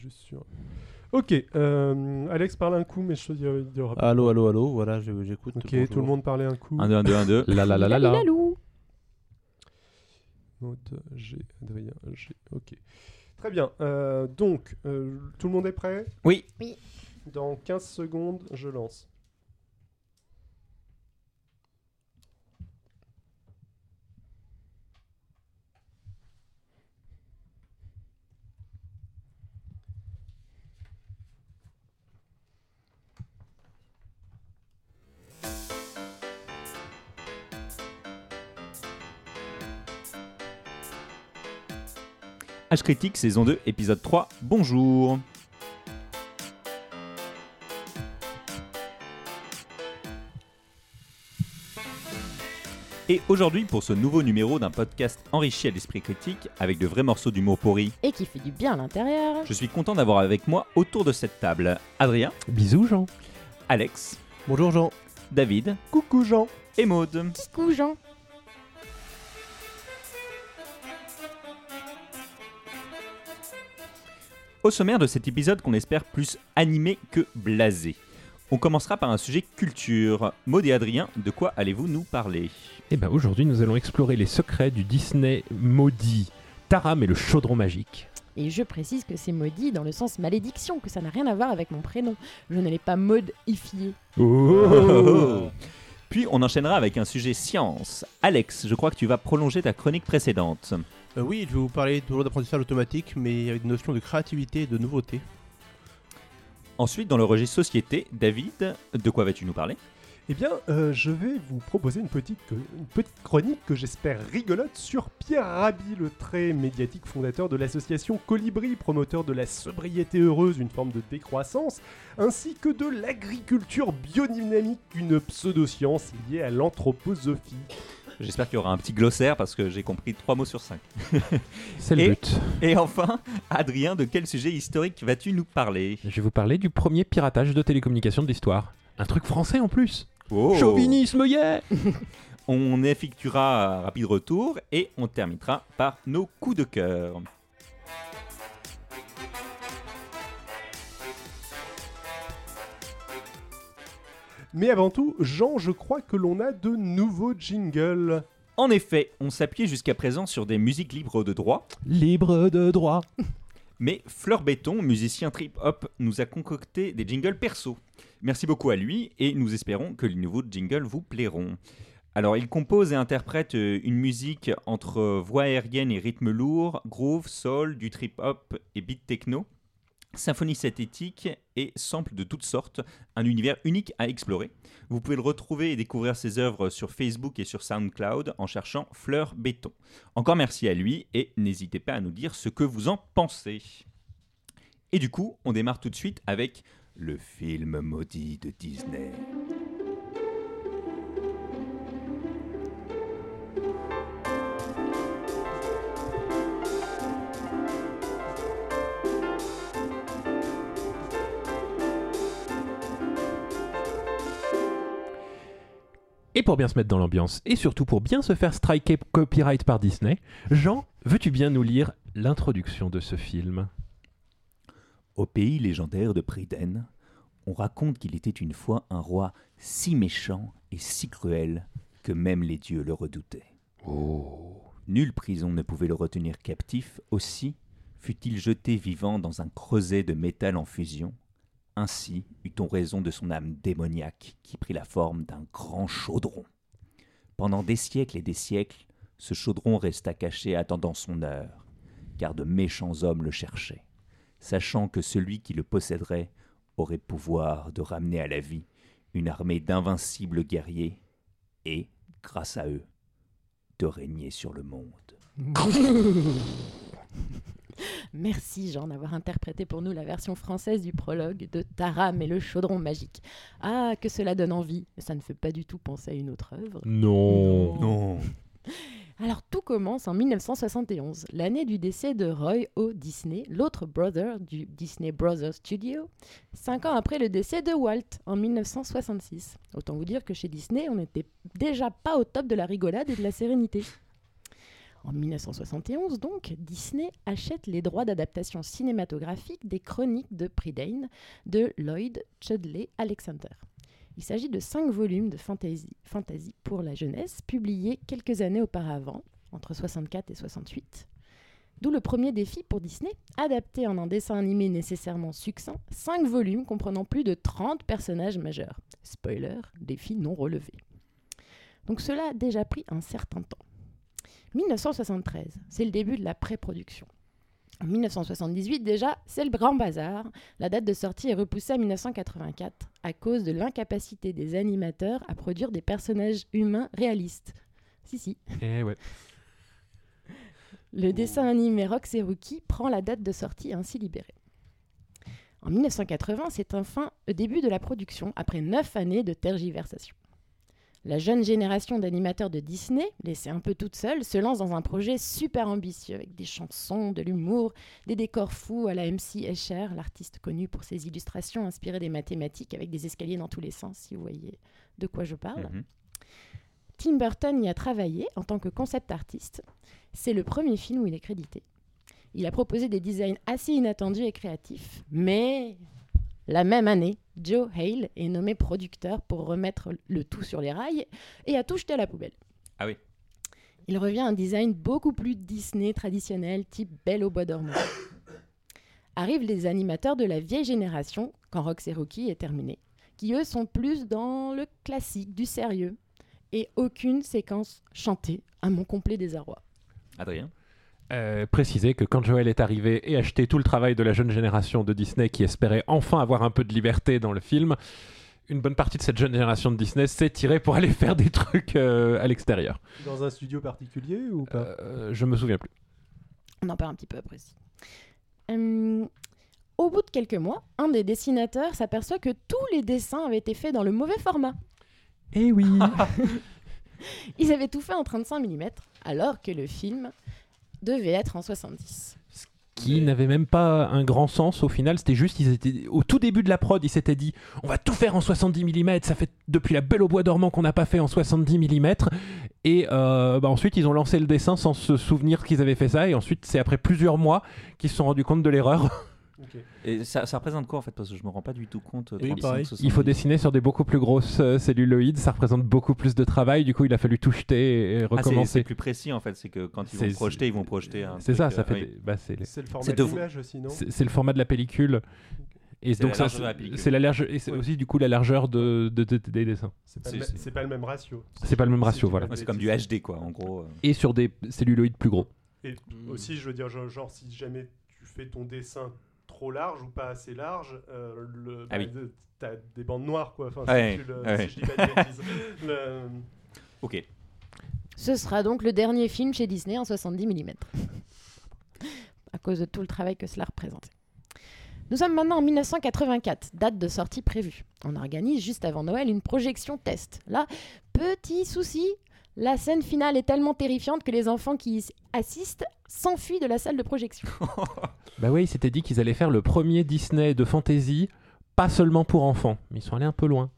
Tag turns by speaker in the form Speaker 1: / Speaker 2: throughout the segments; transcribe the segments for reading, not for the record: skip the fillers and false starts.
Speaker 1: Juste sûr. Ok, Alex parle un coup, mais je te dirai. Il y aura pas.
Speaker 2: Allô, voilà, j'écoute.
Speaker 1: Ok,
Speaker 2: bonjour.
Speaker 1: tout le monde parlait un coup.
Speaker 3: 1, 2, 1, 2, 1, 2.
Speaker 2: La la la la la.
Speaker 4: Lalou.
Speaker 1: Maud, G, Adrien, G. Ok. Très bien. Donc, tout le monde est prêt?
Speaker 3: Oui.
Speaker 1: Dans 15 secondes, je lance.
Speaker 3: H Critique, saison 2, épisode 3. Bonjour. Et aujourd'hui, pour ce nouveau numéro d'un podcast enrichi à l'esprit critique, avec de vrais morceaux d'humour pourri,
Speaker 4: Et qui fait du bien à l'intérieur.
Speaker 3: je suis content d'avoir avec moi autour de cette table Adrien,
Speaker 2: Bisous, Jean.
Speaker 3: Alex,
Speaker 2: Bonjour, Jean.
Speaker 3: David
Speaker 1: Coucou Jean.
Speaker 3: et Maud.
Speaker 4: Coucou Jean.
Speaker 3: Au sommaire de cet épisode qu'on espère plus animé que blasé. On commencera par un sujet culture. Maud et Adrien, de quoi allez-vous nous parler ?
Speaker 5: Eh ben aujourd'hui, nous allons explorer les secrets du Disney maudit, Taram et le chaudron magique.
Speaker 4: Et je précise que c'est maudit dans le sens malédiction, que ça n'a rien à voir avec mon prénom. Je ne l'ai pas modifié.
Speaker 3: Puis on enchaînera avec un sujet science. Alex, je crois que tu vas prolonger ta chronique précédente.
Speaker 2: Oui, je vais vous parler toujours d'apprentissage automatique, mais avec des notions de créativité et de nouveauté.
Speaker 3: Ensuite, dans le registre société, David, de quoi vas-tu nous parler ?
Speaker 1: Eh bien, je vais vous proposer une petite chronique que j'espère rigolote sur Pierre Rabhi, le très médiatique fondateur de l'association Colibri, promoteur de la sobriété heureuse, une forme de décroissance, ainsi que de l'agriculture biodynamique, une pseudo-science liée à l'anthroposophie.
Speaker 3: J'espère qu'il y aura un petit glossaire parce que j'ai compris 3 mots sur 5.
Speaker 5: C'est le but.
Speaker 3: Et enfin, Adrien, de quel sujet historique vas-tu nous parler ?
Speaker 5: Je vais vous parler du premier piratage de télécommunications de l'histoire. Un truc français en plus.
Speaker 3: Oh.
Speaker 5: Chauvinisme, yeah.
Speaker 3: On effectuera un rapide retour et on terminera par nos coups de cœur.
Speaker 1: Mais avant tout, Jean, je crois que l'on a de nouveaux jingles.
Speaker 3: En effet, on s'appuyait jusqu'à présent sur des musiques libres de droit,
Speaker 5: Libre de droit.
Speaker 3: mais Fleur Béton, musicien trip-hop, nous a concocté des jingles perso. Merci beaucoup à lui et nous espérons que les nouveaux jingles vous plairont. Alors, il compose et interprète une musique entre voix aérienne et rythme lourd, groove, soul, du trip-hop et beat techno, symphonie synthétique et samples de toutes sortes, un univers unique à explorer. Vous pouvez le retrouver et découvrir ses œuvres sur Facebook et sur SoundCloud en cherchant Fleur Béton. Encore merci à lui et n'hésitez pas à nous dire ce que vous en pensez. Et du coup, on démarre tout de suite avec le film maudit de Disney.
Speaker 5: Et pour bien se mettre dans l'ambiance, et surtout pour bien se faire striker copyright par Disney, Jean, veux-tu bien nous lire l'introduction de ce film ?
Speaker 3: Au pays légendaire de Pryden, on raconte qu'il était une fois un roi si méchant et si cruel que même les dieux le redoutaient. Nulle prison ne pouvait le retenir captif, aussi fut-il jeté vivant dans un creuset de métal en fusion. Ainsi eut-on raison de son âme démoniaque qui prit la forme d'un grand chaudron. Pendant des siècles et des siècles, ce chaudron resta caché attendant son heure, car de méchants hommes le cherchaient, sachant que celui qui le posséderait aurait pouvoir de ramener à la vie une armée d'invincibles guerriers et, grâce à eux, de régner sur le monde.
Speaker 4: Merci Jean d'avoir interprété pour nous la version française du prologue de Taram et le chaudron magique. Ah, que cela donne envie, mais ça ne fait pas du tout penser à une autre œuvre.
Speaker 5: Non.
Speaker 4: Alors tout commence en 1971, l'année du décès de Roy O. Disney, l'autre brother du Disney Brothers Studio, 5 ans après le décès de Walt en 1966. Autant vous dire que chez Disney, on n'était déjà pas au top de la rigolade et de la sérénité. En 1971, donc, Disney achète les droits d'adaptation cinématographique des Chroniques de Prydain de Lloyd Chudley Alexander. Il s'agit de 5 volumes de fantasy pour la jeunesse, publiés quelques années auparavant, entre 64 et 68. D'où le premier défi pour Disney, adapter en un dessin animé nécessairement succinct 5 volumes comprenant plus de 30 personnages majeurs. Spoiler, défi non relevé. Donc cela a déjà pris un certain temps. 1973, c'est le début de la pré-production. En 1978 déjà, c'est le grand bazar. La date de sortie est repoussée à 1984 à cause de l'incapacité des animateurs à produire des personnages humains réalistes. Si.
Speaker 5: Eh ouais.
Speaker 4: Le dessin animé Rox et Rookie prend la date de sortie ainsi libérée. En 1980, c'est enfin le début de la production, après 9 années de tergiversation. La jeune génération d'animateurs de Disney, laissée un peu toute seule, se lance dans un projet super ambitieux avec des chansons, de l'humour, des décors fous à la MC Escher, l'artiste connu pour ses illustrations inspirées des mathématiques avec des escaliers dans tous les sens, si vous voyez de quoi je parle. Tim Burton y a travaillé en tant que concept artiste. C'est le premier film où il est crédité. Il a proposé des designs assez inattendus et créatifs, mais la même année, Joe Hale est nommé producteur pour remettre le tout sur les rails et a tout jeté à la poubelle.
Speaker 3: Ah oui.
Speaker 4: Il revient à un design beaucoup plus Disney traditionnel, type Belle au bois dormant. Arrivent les animateurs de la vieille génération, quand Rox et Rookie est terminé, qui eux sont plus dans le classique, du sérieux, et aucune séquence chantée, à mon complet désarroi.
Speaker 3: Adrien?
Speaker 5: Préciser que quand Joël est arrivé et acheté tout le travail de la jeune génération de Disney qui espérait enfin avoir un peu de liberté dans le film, une bonne partie de cette jeune génération de Disney s'est tirée pour aller faire des trucs à l'extérieur.
Speaker 1: Dans un studio particulier ou pas?
Speaker 5: Je me souviens plus.
Speaker 4: On en parle un petit peu après. Au bout de quelques mois, un des dessinateurs s'aperçoit que tous les dessins avaient été faits dans le mauvais format.
Speaker 5: Eh oui.
Speaker 4: Ils avaient tout fait en 35 mm, alors que le film devait être en 70.
Speaker 5: Qui n'avait même pas un grand sens au final, c'était juste, ils étaient au tout début de la prod, ils s'étaient dit on va tout faire en 70 mm, ça fait depuis la Belle au bois dormant qu'on n'a pas fait en 70 mm, et ensuite ils ont lancé le dessin sans se souvenir qu'ils avaient fait ça, et ensuite c'est après plusieurs mois qu'ils se sont rendus compte de l'erreur.
Speaker 1: Okay.
Speaker 3: Et ça représente quoi en fait? Parce que je me rends pas du tout compte.
Speaker 2: Oui, pareil.
Speaker 3: 70.
Speaker 5: Il faut dessiner sur des beaucoup plus grosses celluloïdes, ça représente beaucoup plus de travail, du coup il a fallu tout jeter et recommencer.
Speaker 3: C'est plus précis en fait, c'est que quand ils vont projeter un
Speaker 5: c'est
Speaker 3: truc,
Speaker 5: ça, ça fait
Speaker 3: oui.
Speaker 1: C'est le format
Speaker 3: C'est
Speaker 1: de
Speaker 3: de-
Speaker 1: l'image aussi, non?
Speaker 5: c'est le format de la pellicule. Et
Speaker 3: C'est
Speaker 5: donc
Speaker 3: la
Speaker 5: ça,
Speaker 3: largeur de la pellicule.
Speaker 5: c'est la largeur, et c'est aussi du coup la largeur des dessins.
Speaker 1: C'est pas le même ratio.
Speaker 5: C'est pas le même ratio,
Speaker 1: tu
Speaker 5: voilà.
Speaker 1: fais
Speaker 3: Ouais, c'est comme du HD quoi, en gros.
Speaker 5: Et sur des celluloïdes plus gros.
Speaker 1: Et aussi, je veux dire, genre si jamais tu fais ton dessin trop large ou pas assez large,
Speaker 3: oui.
Speaker 1: t'as des bandes noires, quoi. Enfin,
Speaker 3: Ouais,
Speaker 1: si je dis pas de bêtises.
Speaker 3: Ok.
Speaker 4: Ce sera donc le dernier film chez Disney en 70 mm. À cause de tout le travail que cela représentait. Nous sommes maintenant en 1984, date de sortie prévue. On organise juste avant Noël une projection test. Là, petit souci, la scène finale est tellement terrifiante que les enfants qui y assistent s'enfuient de la salle de projection.
Speaker 5: Bah oui, ils s'étaient dit qu'ils allaient faire le premier Disney de fantasy, pas seulement pour enfants. Mais ils sont allés un peu loin.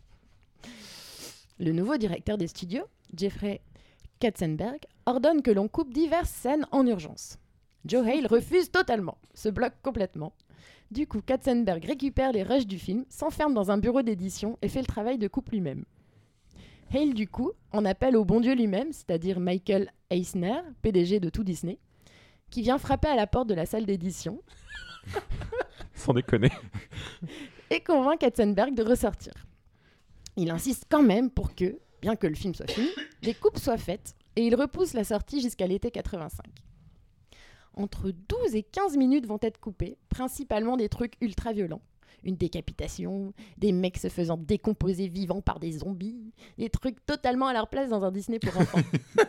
Speaker 4: Le nouveau directeur des studios, Jeffrey Katzenberg, ordonne que l'on coupe diverses scènes en urgence. Joe Hale refuse totalement, se bloque complètement. Du coup, Katzenberg récupère les rushs du film, s'enferme dans un bureau d'édition et fait le travail de coupe lui-même. Hale, du coup, en appelle au bon Dieu lui-même, c'est-à-dire Michael Eisner, PDG de tout Disney, qui vient frapper à la porte de la salle d'édition
Speaker 5: Sans déconner.
Speaker 4: et convainc Katzenberg de ressortir. Il insiste quand même pour que, bien que le film soit fini, des coupes soient faites et il repousse la sortie jusqu'à l'été 85. Entre 12 et 15 minutes vont être coupées, principalement des trucs ultra violents. Une décapitation, des mecs se faisant décomposer vivants par des zombies, des trucs totalement à leur place dans un Disney pour enfants.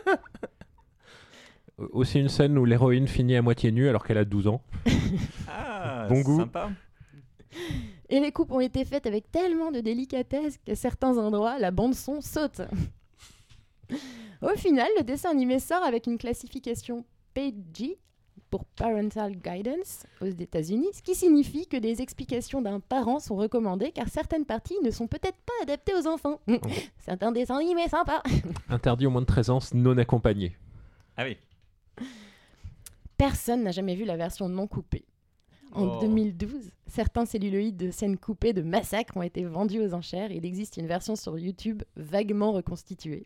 Speaker 5: Aussi une scène où l'héroïne finit à moitié nue alors qu'elle a 12 ans.
Speaker 3: Ah,
Speaker 5: Bon goût.
Speaker 3: Sympa.
Speaker 4: Et les coupes ont été faites avec tellement de délicatesse qu'à certains endroits, la bande-son saute. Au final, le dessin animé sort avec une classification PG pour Parental Guidance aux États-Unis, ce qui signifie que des explications d'un parent sont recommandées car certaines parties ne sont peut-être pas adaptées aux enfants. C'est un dessin animé sympa.
Speaker 5: Interdit aux moins de 13 ans non accompagné.
Speaker 3: Ah oui.
Speaker 4: personne n'a jamais vu la version non coupée. En 2012, certains celluloïdes de scènes coupées de massacres ont été vendus aux enchères. Il existe une version sur YouTube vaguement reconstituée.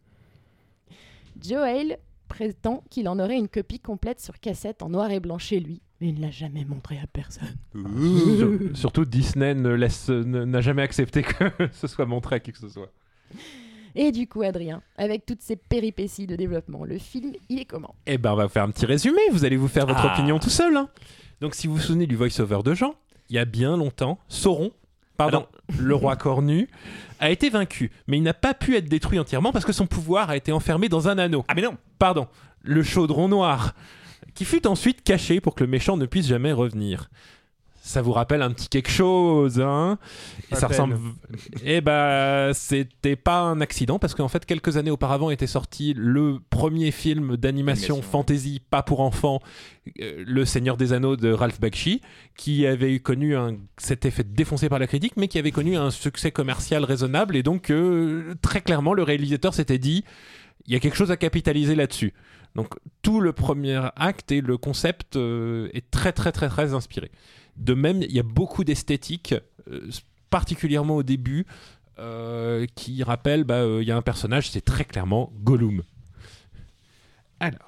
Speaker 4: Joe Hale prétend qu'il en aurait une copie complète sur cassette en noir et blanc chez lui, mais il ne l'a jamais montré à personne.
Speaker 5: Surtout Disney n'a jamais accepté que ce soit montré à qui que ce soit.
Speaker 4: Et du coup, Adrien, avec toutes ces péripéties de développement, le film, il est comment ?
Speaker 5: Eh ben, on va faire un petit résumé. Vous allez vous faire votre opinion tout seul. Hein. Donc, si vous vous souvenez du voice-over de Jean, il y a bien longtemps, Sauron, le roi cornu, a été vaincu. Mais il n'a pas pu être détruit entièrement parce que son pouvoir a été enfermé dans un anneau.
Speaker 3: Ah mais non.
Speaker 5: Pardon, le chaudron noir, qui fut ensuite caché pour que le méchant ne puisse jamais revenir. Ça vous rappelle un petit quelque chose, hein ? Et ça ressemble. Eh ben, c'était pas un accident parce qu'en fait, quelques années auparavant était sorti le premier film d'animation fantasy, pas pour enfants, Le Seigneur des Anneaux de Ralph Bakshi, qui avait connu s'était fait défoncer par la critique, mais qui avait connu un succès commercial raisonnable. Et donc, très clairement, le réalisateur s'était dit, il y a quelque chose à capitaliser là-dessus. Donc, tout le premier acte et le concept est très, très, très, très inspiré. De même, il y a beaucoup d'esthétique, particulièrement au début, qui rappellent, il y a un personnage, c'est très clairement Gollum. Alors,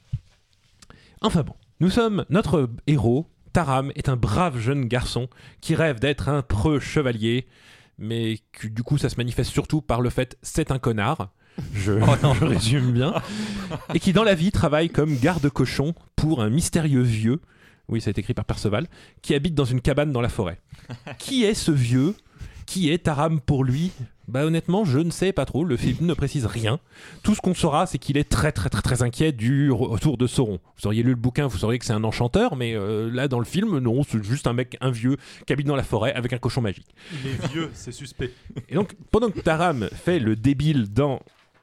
Speaker 5: enfin bon, notre héros, Taram, est un brave jeune garçon qui rêve d'être un preux chevalier, mais que, du coup, ça se manifeste surtout par le fait c'est un connard. Je résume bien. Et qui, dans la vie, travaille comme garde-cochon pour un mystérieux vieux. Oui, ça a été écrit par Perceval, qui habite dans une cabane dans la forêt. Qui est ce vieux ? Qui est Taram pour lui ? Honnêtement, je ne sais pas trop. Le film ne précise rien. Tout ce qu'on saura, c'est qu'il est très, très, très, très inquiet du retour de Sauron. Vous auriez lu le bouquin, vous sauriez que c'est un enchanteur, mais là, dans le film, non, c'est juste un vieux qui habite dans la forêt avec un cochon magique.
Speaker 1: Il est vieux, c'est suspect.
Speaker 5: Et donc, pendant que Taram fait le débile dans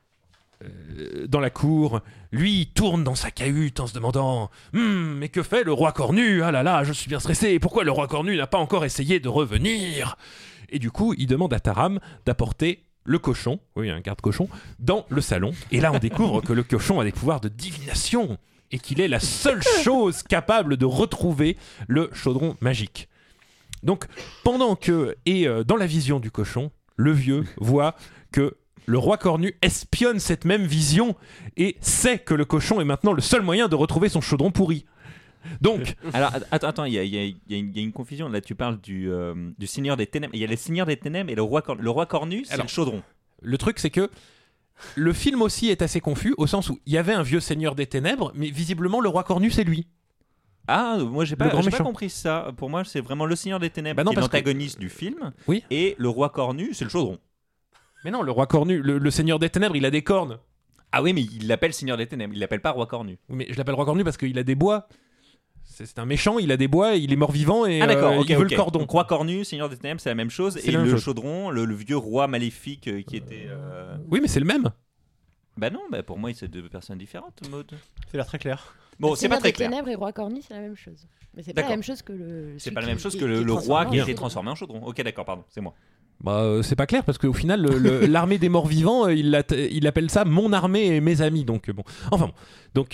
Speaker 5: la cour, lui il tourne dans sa cahute en se demandant mais que fait le roi cornu ? Ah là là, je suis bien stressé, pourquoi le roi cornu n'a pas encore essayé de revenir ? Et du coup il demande à Taram d'apporter le cochon, oui un garde-cochon, dans le salon, et là on découvre que le cochon a des pouvoirs de divination et qu'il est la seule chose capable de retrouver le chaudron magique. Donc pendant que, dans la vision du cochon, le vieux voit que le roi cornu espionne cette même vision et sait que le cochon est maintenant le seul moyen de retrouver son chaudron pourri. Donc...
Speaker 3: Alors, attends, il y a une confusion. Là, tu parles du Seigneur des Ténèbres. Il y a le Seigneur des Ténèbres et le roi cornu, c'est le chaudron.
Speaker 5: Le truc, c'est que le film aussi est assez confus, au sens où il y avait un vieux Seigneur des Ténèbres, mais visiblement, le roi cornu, c'est lui.
Speaker 3: Ah, moi j'ai pas compris ça. Pour moi, c'est vraiment le Seigneur des Ténèbres qui est l'antagoniste du film.
Speaker 5: Oui.
Speaker 3: Et le roi cornu, c'est le chaudron.
Speaker 5: Mais non, le roi cornu, le Seigneur des Ténèbres, il a des cornes.
Speaker 3: Ah oui, mais il l'appelle Seigneur des Ténèbres, il l'appelle pas roi cornu.
Speaker 5: Oui, mais je l'appelle roi cornu parce qu'il a des bois. C'est un méchant, il a des bois, il est mort-vivant et
Speaker 3: il veut
Speaker 5: le cordon.
Speaker 3: Donc, roi cornu, Seigneur des Ténèbres, c'est la même chose. Et le chaudron, le vieux roi maléfique qui était...
Speaker 5: Oui, mais c'est le même.
Speaker 3: Non, pour moi, c'est deux personnes différentes, Maud.
Speaker 2: C'est l'air très clair.
Speaker 3: Bon, c'est pas très clair.
Speaker 4: Ténèbres et roi cornu, c'est la même chose. Mais c'est pas la même chose que le...
Speaker 3: C'est pas la même chose que le roi qui a été transformé en chaudron. Ok, d'accord, pardon, c'est moi.
Speaker 5: C'est pas clair parce qu'au final l'armée des morts vivants il appelle ça mon armée et mes amis, donc bon, enfin bon, donc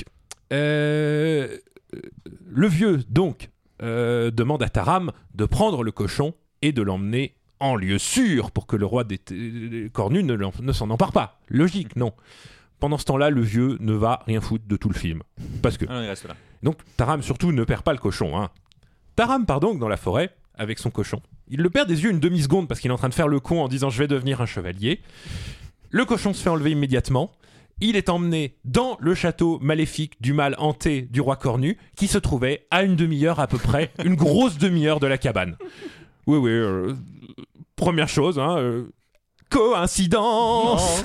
Speaker 5: le vieux donc demande à Taram de prendre le cochon et de l'emmener en lieu sûr pour que le roi des cornus ne s'en empare pas. Logique, non. Pendant ce temps-là, le vieux ne va rien foutre de tout le film parce que
Speaker 3: il reste là.
Speaker 5: Donc Taram surtout ne perd pas le cochon, hein. Taram part donc dans la forêt avec son cochon. Il le perd des yeux une demi-seconde parce qu'il est en train de faire le con en disant « je vais devenir un chevalier ». Le cochon se fait enlever immédiatement. Il est emmené dans le château maléfique du mal hanté du roi cornu qui se trouvait à une demi-heure à peu près, une grosse demi-heure de la cabane. Oui, première chose, coïncidence.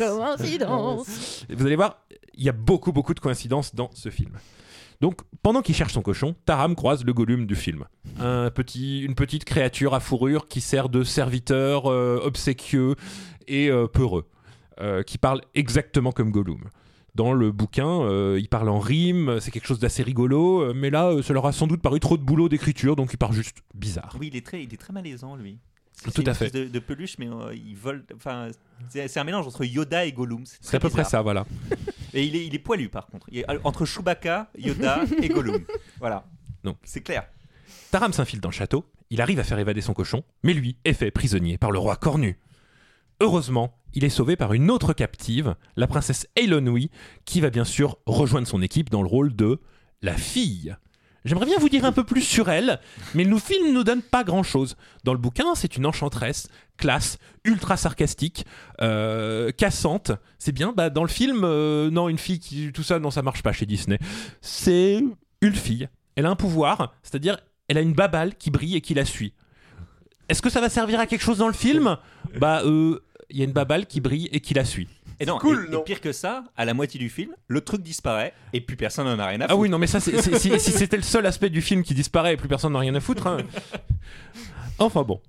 Speaker 5: Vous allez voir, il y a beaucoup de coïncidences dans ce film. Donc, pendant qu'il cherche son cochon, Taram croise le Gollum du film. Une petite créature à fourrure qui sert de serviteur obséquieux et peureux, qui parle exactement comme Gollum. Dans le bouquin, il parle en rime, c'est quelque chose d'assez rigolo, mais là, ça leur a sans doute paru trop de boulot d'écriture, donc il part juste bizarre.
Speaker 3: Oui, il est très malaisant, lui.
Speaker 5: Tout à fait.
Speaker 3: De peluche, mais il vole. Enfin, c'est un mélange entre Yoda et Gollum.
Speaker 5: C'est à peu près ça, voilà.
Speaker 3: Et il est poilu par contre. Il est entre Chewbacca, Yoda et Gollum. Voilà.
Speaker 5: Donc.
Speaker 3: C'est clair.
Speaker 5: Taram s'infile dans le château, il arrive à faire évader son cochon, mais lui est fait prisonnier par le roi cornu. Heureusement, il est sauvé par une autre captive, la princesse Eilonwy, qui va bien sûr rejoindre son équipe dans le rôle de la fille. J'aimerais bien vous dire un peu plus sur elle, mais le film ne nous donne pas grand-chose. Dans le bouquin, c'est une enchanteresse, classe, ultra sarcastique, cassante. C'est bien, dans le film, non, une fille qui... Tout ça, non, ça marche pas chez Disney. C'est une fille. Elle a un pouvoir, c'est-à-dire, elle a une babale qui brille et qui la suit. Est-ce que ça va servir à quelque chose dans le film ? Il y a une babale qui brille et qui la suit.
Speaker 3: Et non,
Speaker 1: cool,
Speaker 3: et pire que ça, à la moitié du film, le truc disparaît et plus personne n'en a rien à foutre.
Speaker 5: Ah oui, non, mais ça, si c'était le seul aspect du film qui disparaît et plus personne n'en a rien à foutre. Hein. Enfin bon.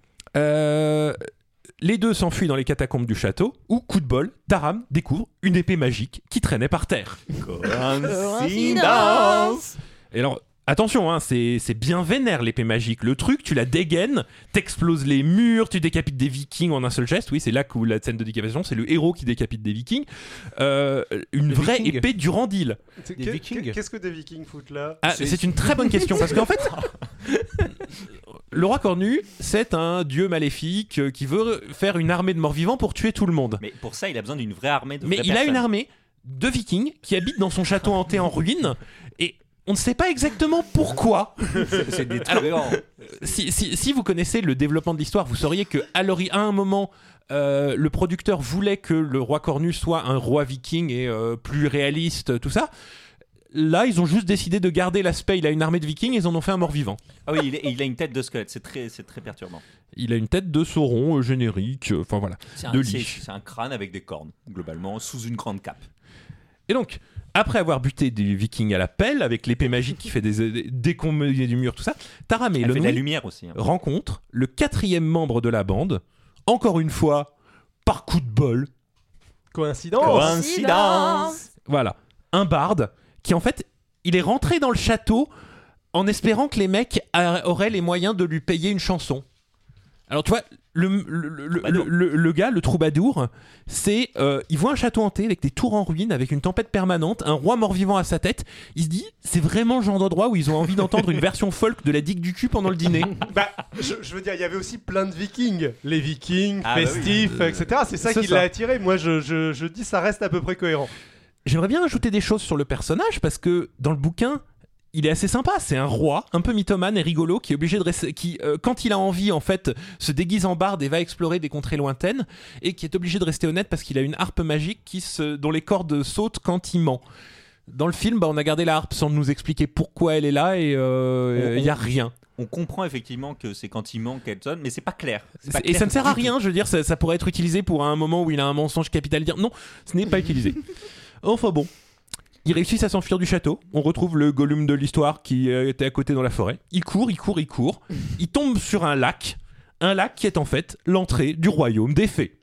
Speaker 5: Les deux s'enfuient dans les catacombes du château où, coup de bol, Taram découvre une épée magique qui traînait par terre.
Speaker 3: Coïncidence.
Speaker 5: Et alors, attention, hein, c'est bien vénère l'épée magique. Le truc, tu la dégaines, t'exploses les murs, tu décapites des vikings en un seul geste. Oui, c'est là où la scène de décapitation, c'est le héros qui décapite des vikings. Une vraie
Speaker 2: vikings.
Speaker 5: épée Durandil.
Speaker 2: Des vikings.
Speaker 1: Qu'est-ce que des vikings foutent là?
Speaker 5: C'est une très bonne question parce qu'en fait, le roi cornu, c'est un dieu maléfique qui veut faire une armée de morts-vivants pour tuer tout le monde.
Speaker 3: Mais pour ça, il a besoin d'une vraie armée de
Speaker 5: Mais
Speaker 3: vraies
Speaker 5: il a une
Speaker 3: personnes.
Speaker 5: armée de vikings qui habitent dans son château hanté en ruine et on ne sait pas exactement pourquoi.
Speaker 3: C'est des truands.
Speaker 5: Si vous connaissez le développement de l'histoire, vous sauriez qu'à un moment, le producteur voulait que le roi cornu soit un roi viking et plus réaliste, tout ça. Là, ils ont juste décidé de garder l'aspect. Il a une armée de vikings, ils en ont fait un mort-vivant.
Speaker 3: Ah oui, il a une tête de squelette, c'est très perturbant.
Speaker 5: Il a une tête de Sauron générique, enfin voilà, de liche.
Speaker 3: C'est un crâne avec des cornes, globalement, sous une grande cape.
Speaker 5: Et donc, après avoir buté des vikings à la pelle, avec l'épée magique qui fait des décombres du mur, tout ça, Taram et
Speaker 3: Elle fait de la
Speaker 5: Eilonwy
Speaker 3: lumière aussi. Hein.
Speaker 5: rencontrent le 4e membre de la bande, encore une fois, par coup de bol.
Speaker 1: Coïncidence.
Speaker 3: Coïncidence.
Speaker 5: Voilà, un barde qui en fait, il est rentré dans le château en espérant que les mecs auraient les moyens de lui payer une chanson. Alors tu vois, le gars, le troubadour, c'est il voit un château hanté avec des tours en ruine, avec une tempête permanente, un roi mort-vivant à sa tête. Il se dit, c'est vraiment le genre d'endroit où ils ont envie d'entendre une version folk de la digue du cul pendant le dîner.
Speaker 1: Je veux dire, il y avait aussi plein de vikings. Les vikings,
Speaker 3: Ah, bah oui.
Speaker 1: festifs, etc. C'est ça
Speaker 5: C'est
Speaker 1: qui
Speaker 5: ça.
Speaker 1: l'a attiré. Moi, je dis, ça reste à peu près cohérent.
Speaker 5: J'aimerais bien ajouter des choses sur le personnage parce que dans le bouquin, il est assez sympa. C'est un roi, un peu mythomane et rigolo, qui est obligé de rester, qui, quand il a envie, en fait, se déguise en barde et va explorer des contrées lointaines, et qui est obligé de rester honnête parce qu'il a une harpe magique dont les cordes sautent quand il ment. Dans le film, on a gardé la harpe sans nous expliquer pourquoi elle est là et il y a rien.
Speaker 3: On comprend effectivement que c'est quand il manque qu'elle sonne, mais c'est pas clair.
Speaker 5: Et ça ne sert à rien. Je veux dire, ça pourrait être utilisé pour un moment où il a un mensonge capital. Dire non, ce n'est pas utilisé. Enfin bon. Ils réussissent à s'enfuir du château. On retrouve le Gollum de l'histoire qui était à côté dans la forêt. Il court. Il tombe sur un lac qui est en fait l'entrée du royaume des fées.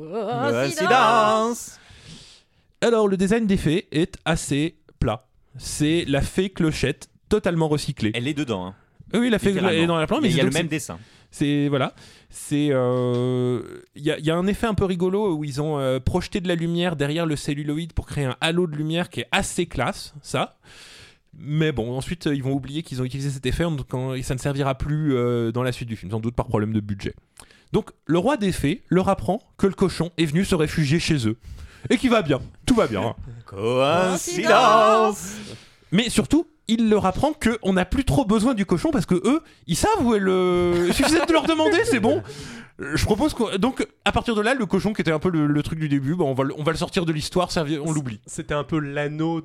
Speaker 3: Coïncidence.
Speaker 5: Alors, le design des fées est assez plat. C'est la fée clochette totalement recyclée.
Speaker 3: Elle est dedans. Hein.
Speaker 5: Oui, la fée
Speaker 3: Littéralement.
Speaker 5: elle est dans la plante, mais
Speaker 3: il y a
Speaker 5: donc
Speaker 3: le même dessin.
Speaker 5: C'est voilà, c'est il y a un effet un peu rigolo où ils ont projeté de la lumière derrière le celluloïd pour créer un halo de lumière qui est assez classe, ça. Mais bon, ensuite ils vont oublier qu'ils ont utilisé cet effet quand ça ne servira plus dans la suite du film, sans doute par problème de budget. Donc le roi des fées leur apprend que le cochon est venu se réfugier chez eux et qu'il va bien, tout va bien.
Speaker 3: Coïncidence.
Speaker 5: Mais surtout, il leur apprend qu'on n'a plus trop besoin du cochon parce que eux, ils savent où est le. Il suffisait de leur demander, c'est bon. Je propose donc à partir de là, le cochon qui était un peu le truc du début, on va le sortir de l'histoire, on l'oublie.
Speaker 1: C'était un peu l'anneau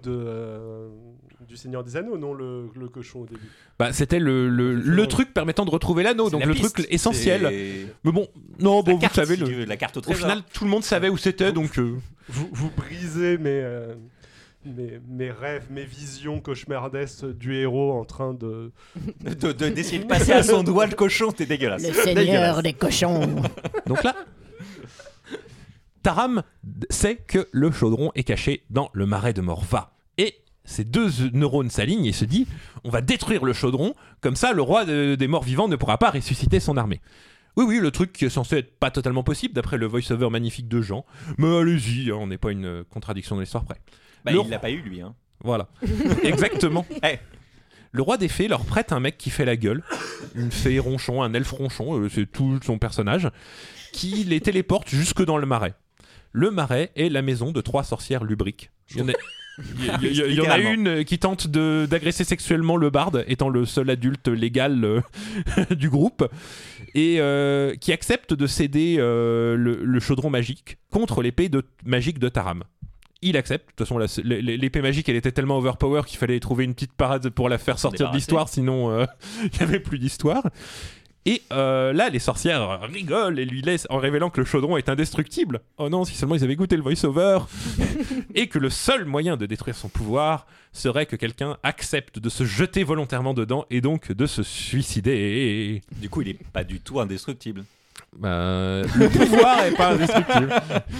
Speaker 1: du Seigneur des Anneaux, non, le cochon au début.
Speaker 5: C'était le truc permettant de retrouver l'anneau, donc le truc essentiel. Mais bon, non, bon, vous savez,
Speaker 3: la carte au
Speaker 5: au
Speaker 3: trésor.
Speaker 5: final, tout le monde savait où c'était, donc.
Speaker 1: Vous brisez mes rêves, mes visions cauchemardesques du héros en train
Speaker 3: d'essayer de passer à son doigt le cochon, t'es dégueulasse.
Speaker 4: Le seigneur des cochons.
Speaker 5: Donc là, Taram sait que le chaudron est caché dans le marais de Morva. Et ces deux neurones s'alignent et se dit, on va détruire le chaudron, comme ça le roi des morts vivants ne pourra pas ressusciter son armée. Oui, le truc qui est censé être pas totalement possible d'après le voice-over magnifique de Jean. Mais allez-y, hein, on n'est pas une contradiction de l'histoire près.
Speaker 3: Il l'a pas eu lui. Hein.
Speaker 5: Voilà, exactement. Le roi des fées leur prête un mec qui fait la gueule, une fée ronchon, un elfe ronchon, c'est tout son personnage, qui les téléporte jusque dans le marais. Le marais est la maison de 3 sorcières lubriques. Il y en a une qui tente d'agresser sexuellement le barde, étant le seul adulte légal du groupe, et qui accepte de céder le chaudron magique contre l'épée magique de Taram. Il accepte. De toute façon, l'épée magique, elle était tellement overpower qu'il fallait trouver une petite parade pour la faire sortir de l'histoire, sinon il n'y avait plus d'histoire. Et là, les sorcières rigolent et lui laissent en révélant que le chaudron est indestructible. Oh non, si seulement ils avaient goûté le voice-over. Et que le seul moyen de détruire son pouvoir serait que quelqu'un accepte de se jeter volontairement dedans et donc de se suicider.
Speaker 3: Du coup, il est pas du tout indestructible.
Speaker 5: Le pouvoir est pas indestructible.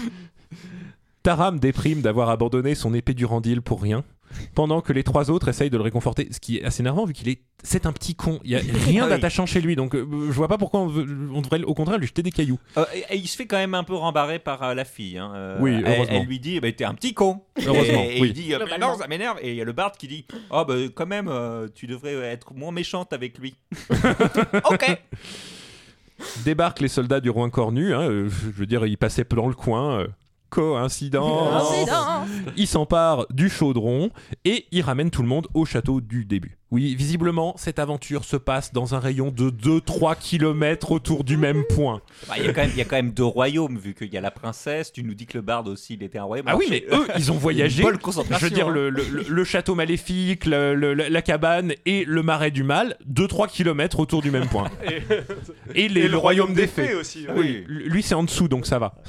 Speaker 5: Taram déprime d'avoir abandonné son épée Durandil pour rien, pendant que les 3 autres essayent de le réconforter, ce qui est assez énervant vu c'est un petit con, il n'y a rien d'attachant chez lui, donc je vois pas pourquoi on devrait au contraire lui jeter des cailloux.
Speaker 3: Et il se fait quand même un peu rembarrer par la fille. Hein.
Speaker 5: Oui, heureusement.
Speaker 3: Elle lui dit t'es un petit con.
Speaker 5: Heureusement,
Speaker 3: et il dit non, ça m'énerve. Et il y a le barde qui dit quand même tu devrais être moins méchante avec lui. Ok.
Speaker 5: Débarquent les soldats du roi cornu, hein, je veux dire ils passaient dans le coin. Coïncidence. Il s'empare du chaudron et il ramène tout le monde au château du début. Oui, visiblement, cette aventure se passe dans un rayon de 2-3 km autour du même point.
Speaker 3: Il y a quand même 2 royaumes, vu qu'il y a la princesse. Tu nous dis que le barde aussi, il était un royaume.
Speaker 5: Ah oui, mais eux, ils ont voyagé. Je veux dire, le château maléfique, la cabane et le marais du mal, 2-3 km autour du même point. Et le royaume des fées
Speaker 1: aussi.
Speaker 5: Oui, lui, c'est en dessous, donc ça va.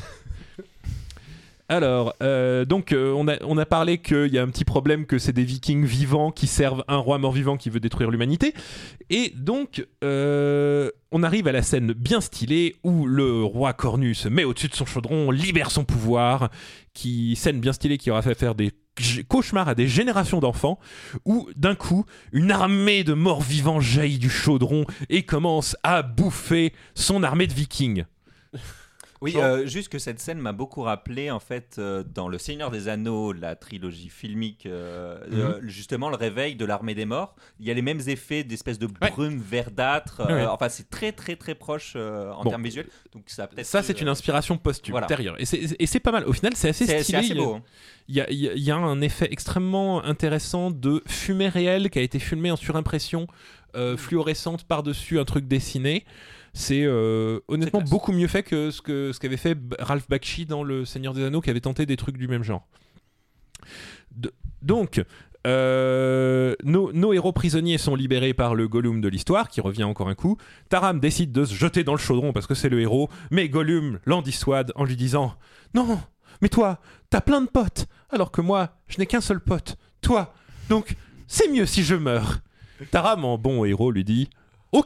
Speaker 5: Alors, on a parlé qu'il y a un petit problème, que c'est des vikings vivants qui servent un roi mort-vivant qui veut détruire l'humanité. Et donc, on arrive à la scène bien stylée où le roi cornu se met au-dessus de son chaudron, libère son pouvoir, scène bien stylée qui aura fait faire des cauchemars à des générations d'enfants, où d'un coup, une armée de morts-vivants jaillit du chaudron et commence à bouffer son armée de vikings.
Speaker 3: Oui, juste que cette scène m'a beaucoup rappelé, en fait, dans Le Seigneur des Anneaux, la trilogie filmique, justement, le réveil de l'armée des morts. Il y a les mêmes effets d'espèce de brume verdâtre. Enfin, c'est très, très, très proche en termes visuels. Donc, ça,
Speaker 5: c'est une inspiration posthume, antérieure. Et c'est pas mal. Au final, c'est assez stylé.
Speaker 3: C'est assez beau.
Speaker 5: Il y a un effet extrêmement intéressant de fumée réelle qui a été filmé en surimpression fluorescente par-dessus un truc dessiné. C'est honnêtement beaucoup mieux fait que ce qu'avait fait Ralph Bakshi dans Le Seigneur des Anneaux, qui avait tenté des trucs du même genre. Donc, nos héros prisonniers sont libérés par le Gollum de l'histoire, qui revient encore un coup. Taram décide de se jeter dans le chaudron parce que c'est le héros, mais Gollum l'en dissuade en lui disant « Non, mais toi, t'as plein de potes, alors que moi, je n'ai qu'un seul pote, toi. Donc, c'est mieux si je meurs. » Taram, en bon héros, lui dit « Ok. »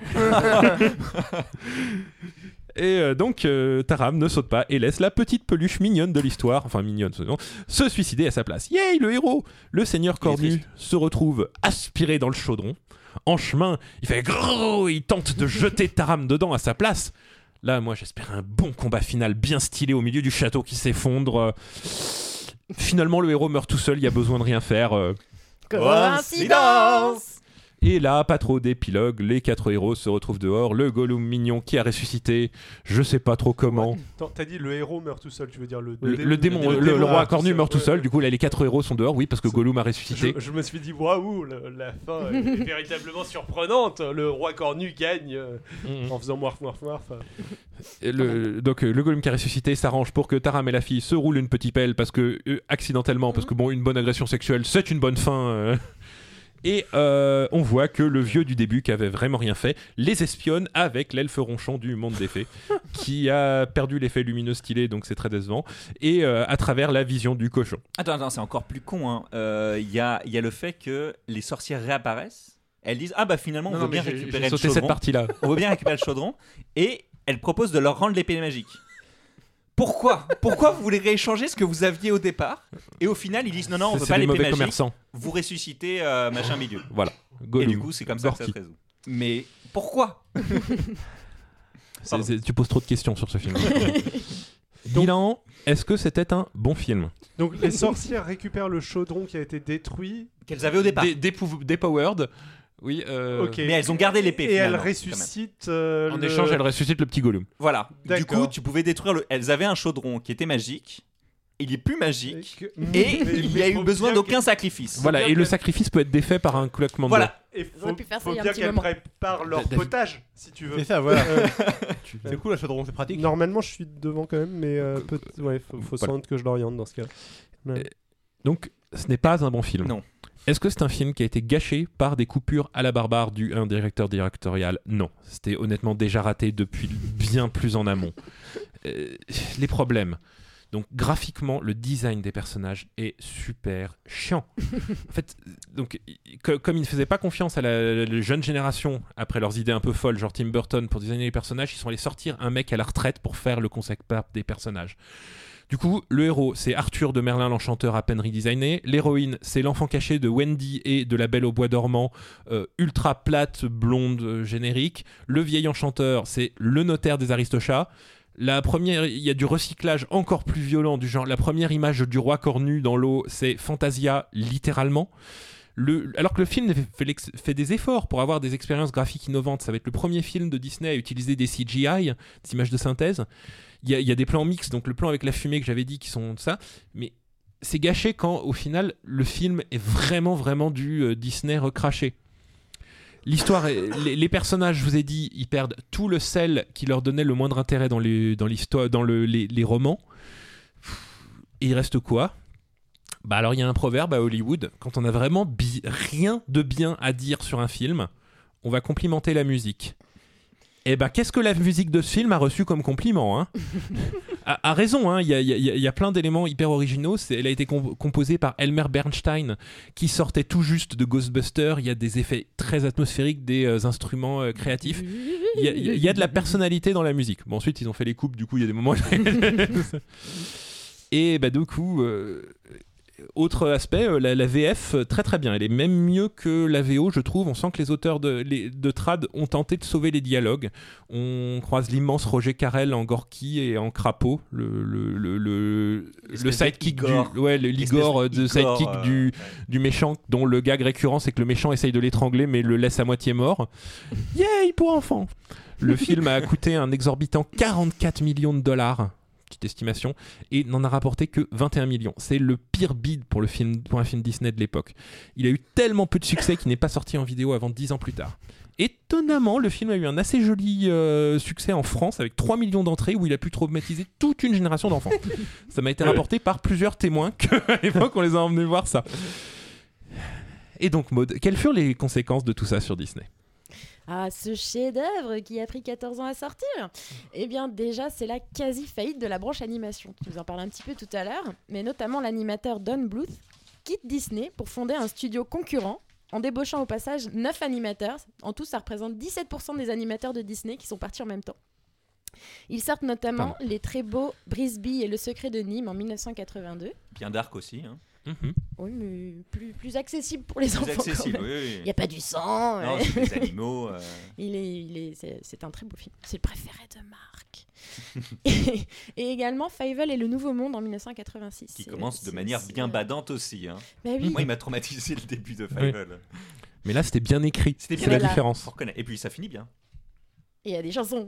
Speaker 5: Et donc Taram ne saute pas et laisse la petite peluche mignonne de l'histoire, enfin mignonne, se suicider à sa place. Yay, le héros! Le seigneur cornu se retrouve aspiré dans le chaudron. En chemin, il fait gros, il tente de jeter Taram dedans à sa place. Là, moi, j'espère un bon combat final bien stylé au milieu du château qui s'effondre. Finalement, le héros meurt tout seul, il y a besoin de rien faire.
Speaker 4: Coïncidence!
Speaker 5: Et là, pas trop d'épilogue, les 4 héros se retrouvent dehors, le Gollum mignon qui a ressuscité, je sais pas trop comment.
Speaker 1: Attends, t'as dit le héros meurt tout seul, tu veux dire le
Speaker 5: démon, le roi cornu meurt tout seul, du coup là les 4 héros sont dehors, oui, parce que Gollum a ressuscité.
Speaker 1: Je me suis dit, waouh, la fin est véritablement surprenante, le roi cornu gagne en faisant moirf.
Speaker 5: Donc le Gollum qui a ressuscité s'arrange pour que Taram et la fille se roulent une petite pelle, parce que accidentellement, parce que bon, une bonne agression sexuelle, c'est une bonne fin. Et on voit que le vieux du début, qui avait vraiment rien fait, les espionne avec l'elfe ronchon du monde des fées, qui a perdu l'effet lumineux stylé, donc c'est très décevant, et à travers la vision du cochon.
Speaker 3: Attends, c'est encore plus con. Hein. Y a le fait que les sorcières réapparaissent, elles disent ah bah finalement on veut bien récupérer le chaudron.
Speaker 5: Cette partie-là.
Speaker 3: On veut bien récupérer le chaudron, et elles proposent de leur rendre l'épée magique. Pourquoi vous voulez rééchanger ce que vous aviez au départ? Et au final, ils disent non, on veut pas l'épée magique. Vous ressuscitez machin milieu.
Speaker 5: Voilà.
Speaker 3: Gollum. Et du coup, c'est comme ça que ça se résout. Mais pourquoi?
Speaker 5: Tu poses trop de questions sur ce film. Bilan, est-ce que c'était un bon film?
Speaker 1: Donc les sorcières récupèrent le chaudron qui a été détruit.
Speaker 6: Qu'elles avaient au départ.
Speaker 5: Depowered. Oui.
Speaker 1: Ok.
Speaker 6: Mais elles ont gardé l'épée.
Speaker 1: Et
Speaker 6: finalement,
Speaker 1: elles ressuscitent.
Speaker 5: En échange, elles ressuscitent le petit Gollum.
Speaker 6: Voilà. Du
Speaker 1: D'accord.
Speaker 6: coup, tu pouvais détruire le. Elles avaient un chaudron qui était magique. Il est plus magique.
Speaker 1: Et
Speaker 6: Il n'y a eu besoin d'aucun sacrifice.
Speaker 5: Voilà,
Speaker 1: bien
Speaker 5: et le
Speaker 1: qu'elle-
Speaker 5: sacrifice peut être défait par un claquement de doigts.
Speaker 6: Voilà.
Speaker 1: Et
Speaker 4: Ils auraient pu faire ça il y a un
Speaker 1: bien
Speaker 4: petit
Speaker 1: qu'elles
Speaker 4: moment.
Speaker 1: préparent leur
Speaker 5: David-
Speaker 1: potage, si tu veux.
Speaker 2: C'est ça, voilà.
Speaker 5: C'est cool, la chaudron, c'est pratique.
Speaker 1: Normalement, je suis devant quand même, mais faut
Speaker 5: Voilà.
Speaker 1: sans doute que je l'oriente dans ce cas.
Speaker 5: Donc, ce n'est pas un bon film.
Speaker 6: Non.
Speaker 5: Est-ce que c'est un film qui a été gâché par des coupures à la barbare un directeur directorial? Non. C'était honnêtement déjà raté depuis bien plus en amont. Les problèmes. Donc, graphiquement, le design des personnages est super chiant. En fait, donc, comme ils ne faisaient pas confiance à la jeune génération après leurs idées un peu folles, genre Tim Burton, pour designer les personnages, ils sont allés sortir un mec à la retraite pour faire le concept art des personnages. Du coup, le héros, c'est Arthur de Merlin l'Enchanteur à peine redesigné. L'héroïne, c'est l'enfant caché de Wendy et de la Belle au Bois dormant, ultra plate, blonde, générique. Le vieil enchanteur, c'est le notaire des Aristochats. La première, il y a du recyclage encore plus violent, du genre la première image du roi cornu dans l'eau, c'est Fantasia littéralement. Alors que le film fait des efforts pour avoir des expériences graphiques innovantes. Ça va être le premier film de Disney à utiliser des CGI, des images de synthèse. Il y a des plans mixtes, donc le plan avec la fumée que j'avais dit qui sont ça, mais c'est gâché quand au final le film est vraiment du Disney recraché. L'histoire, les personnages, je vous ai dit, ils perdent tout le sel qui leur donnait le moindre intérêt dans l'histoire, dans les romans. Et il reste quoi? Bah alors il y a un proverbe à Hollywood, quand on a vraiment rien de bien à dire sur un film, on va complimenter la musique. Et bah qu'est-ce que la musique de ce film a reçu comme compliment, hein? a raison, hein, il y a plein d'éléments hyper originaux. Elle a été composée par Elmer Bernstein, qui sortait tout juste de Ghostbusters. Il y a des effets très atmosphériques, des instruments créatifs. Il y a de la personnalité dans la musique. Bon, ensuite, ils ont fait les coupes, du coup, il y a des moments... Et bah du coup... autre aspect, la VF, très bien. Elle est même mieux que la VO, je trouve. On sent que les auteurs de trad ont tenté de sauver les dialogues. On croise l'immense Roger Carrel en Gorky et en Crapaud, le sidekick l'Igor de sidekick du méchant, dont le gag récurrent, c'est que le méchant essaye de l'étrangler, mais le laisse à moitié mort. Yay pour enfants. Le film a coûté un exorbitant 44 millions de dollars. Petite estimation, et n'en a rapporté que 21 millions. C'est le pire bid pour un film Disney de l'époque. Il a eu tellement peu de succès qu'il n'est pas sorti en vidéo avant 10 ans plus tard. Étonnamment, le film a eu un assez joli succès en France, avec 3 millions d'entrées, où il a pu traumatiser toute une génération d'enfants. Ça m'a été rapporté par plusieurs témoins qu'à l'époque on les a emmenés voir ça. Et donc Maud, quelles furent les conséquences de tout ça sur Disney ?
Speaker 4: Ah, ce chef-d'œuvre qui a pris 14 ans à sortir. Eh bien, déjà, c'est la quasi-faillite de la branche animation. Tu nous en parles un petit peu tout à l'heure, mais notamment l'animateur Don Bluth quitte Disney pour fonder un studio concurrent en débauchant au passage 9 animateurs. En tout, ça représente 17% des animateurs de Disney qui sont partis en même temps. Ils sortent notamment les très beaux Brisby et Le Secret de Nîmes en 1982.
Speaker 6: Bien dark aussi. Hein.
Speaker 4: Oui, mais plus accessible pour les enfants.
Speaker 6: Accessible,
Speaker 4: quand même.
Speaker 6: oui.
Speaker 4: Il n'y a pas du sang.
Speaker 6: Non, c'est des animaux.
Speaker 4: C'est un très beau film. C'est le préféré de Marc. et également Fievel et le Nouveau Monde en 1986.
Speaker 6: Qui commence de manière bien badante aussi. Hein.
Speaker 4: Bah oui.
Speaker 6: Moi, il m'a traumatisé le début de Fievel.
Speaker 5: Oui. Mais là, c'était bien écrit.
Speaker 6: C'était bien
Speaker 5: C'est la
Speaker 4: écrit.
Speaker 5: différence.
Speaker 6: Et puis, ça finit bien.
Speaker 4: Et il y a des chansons.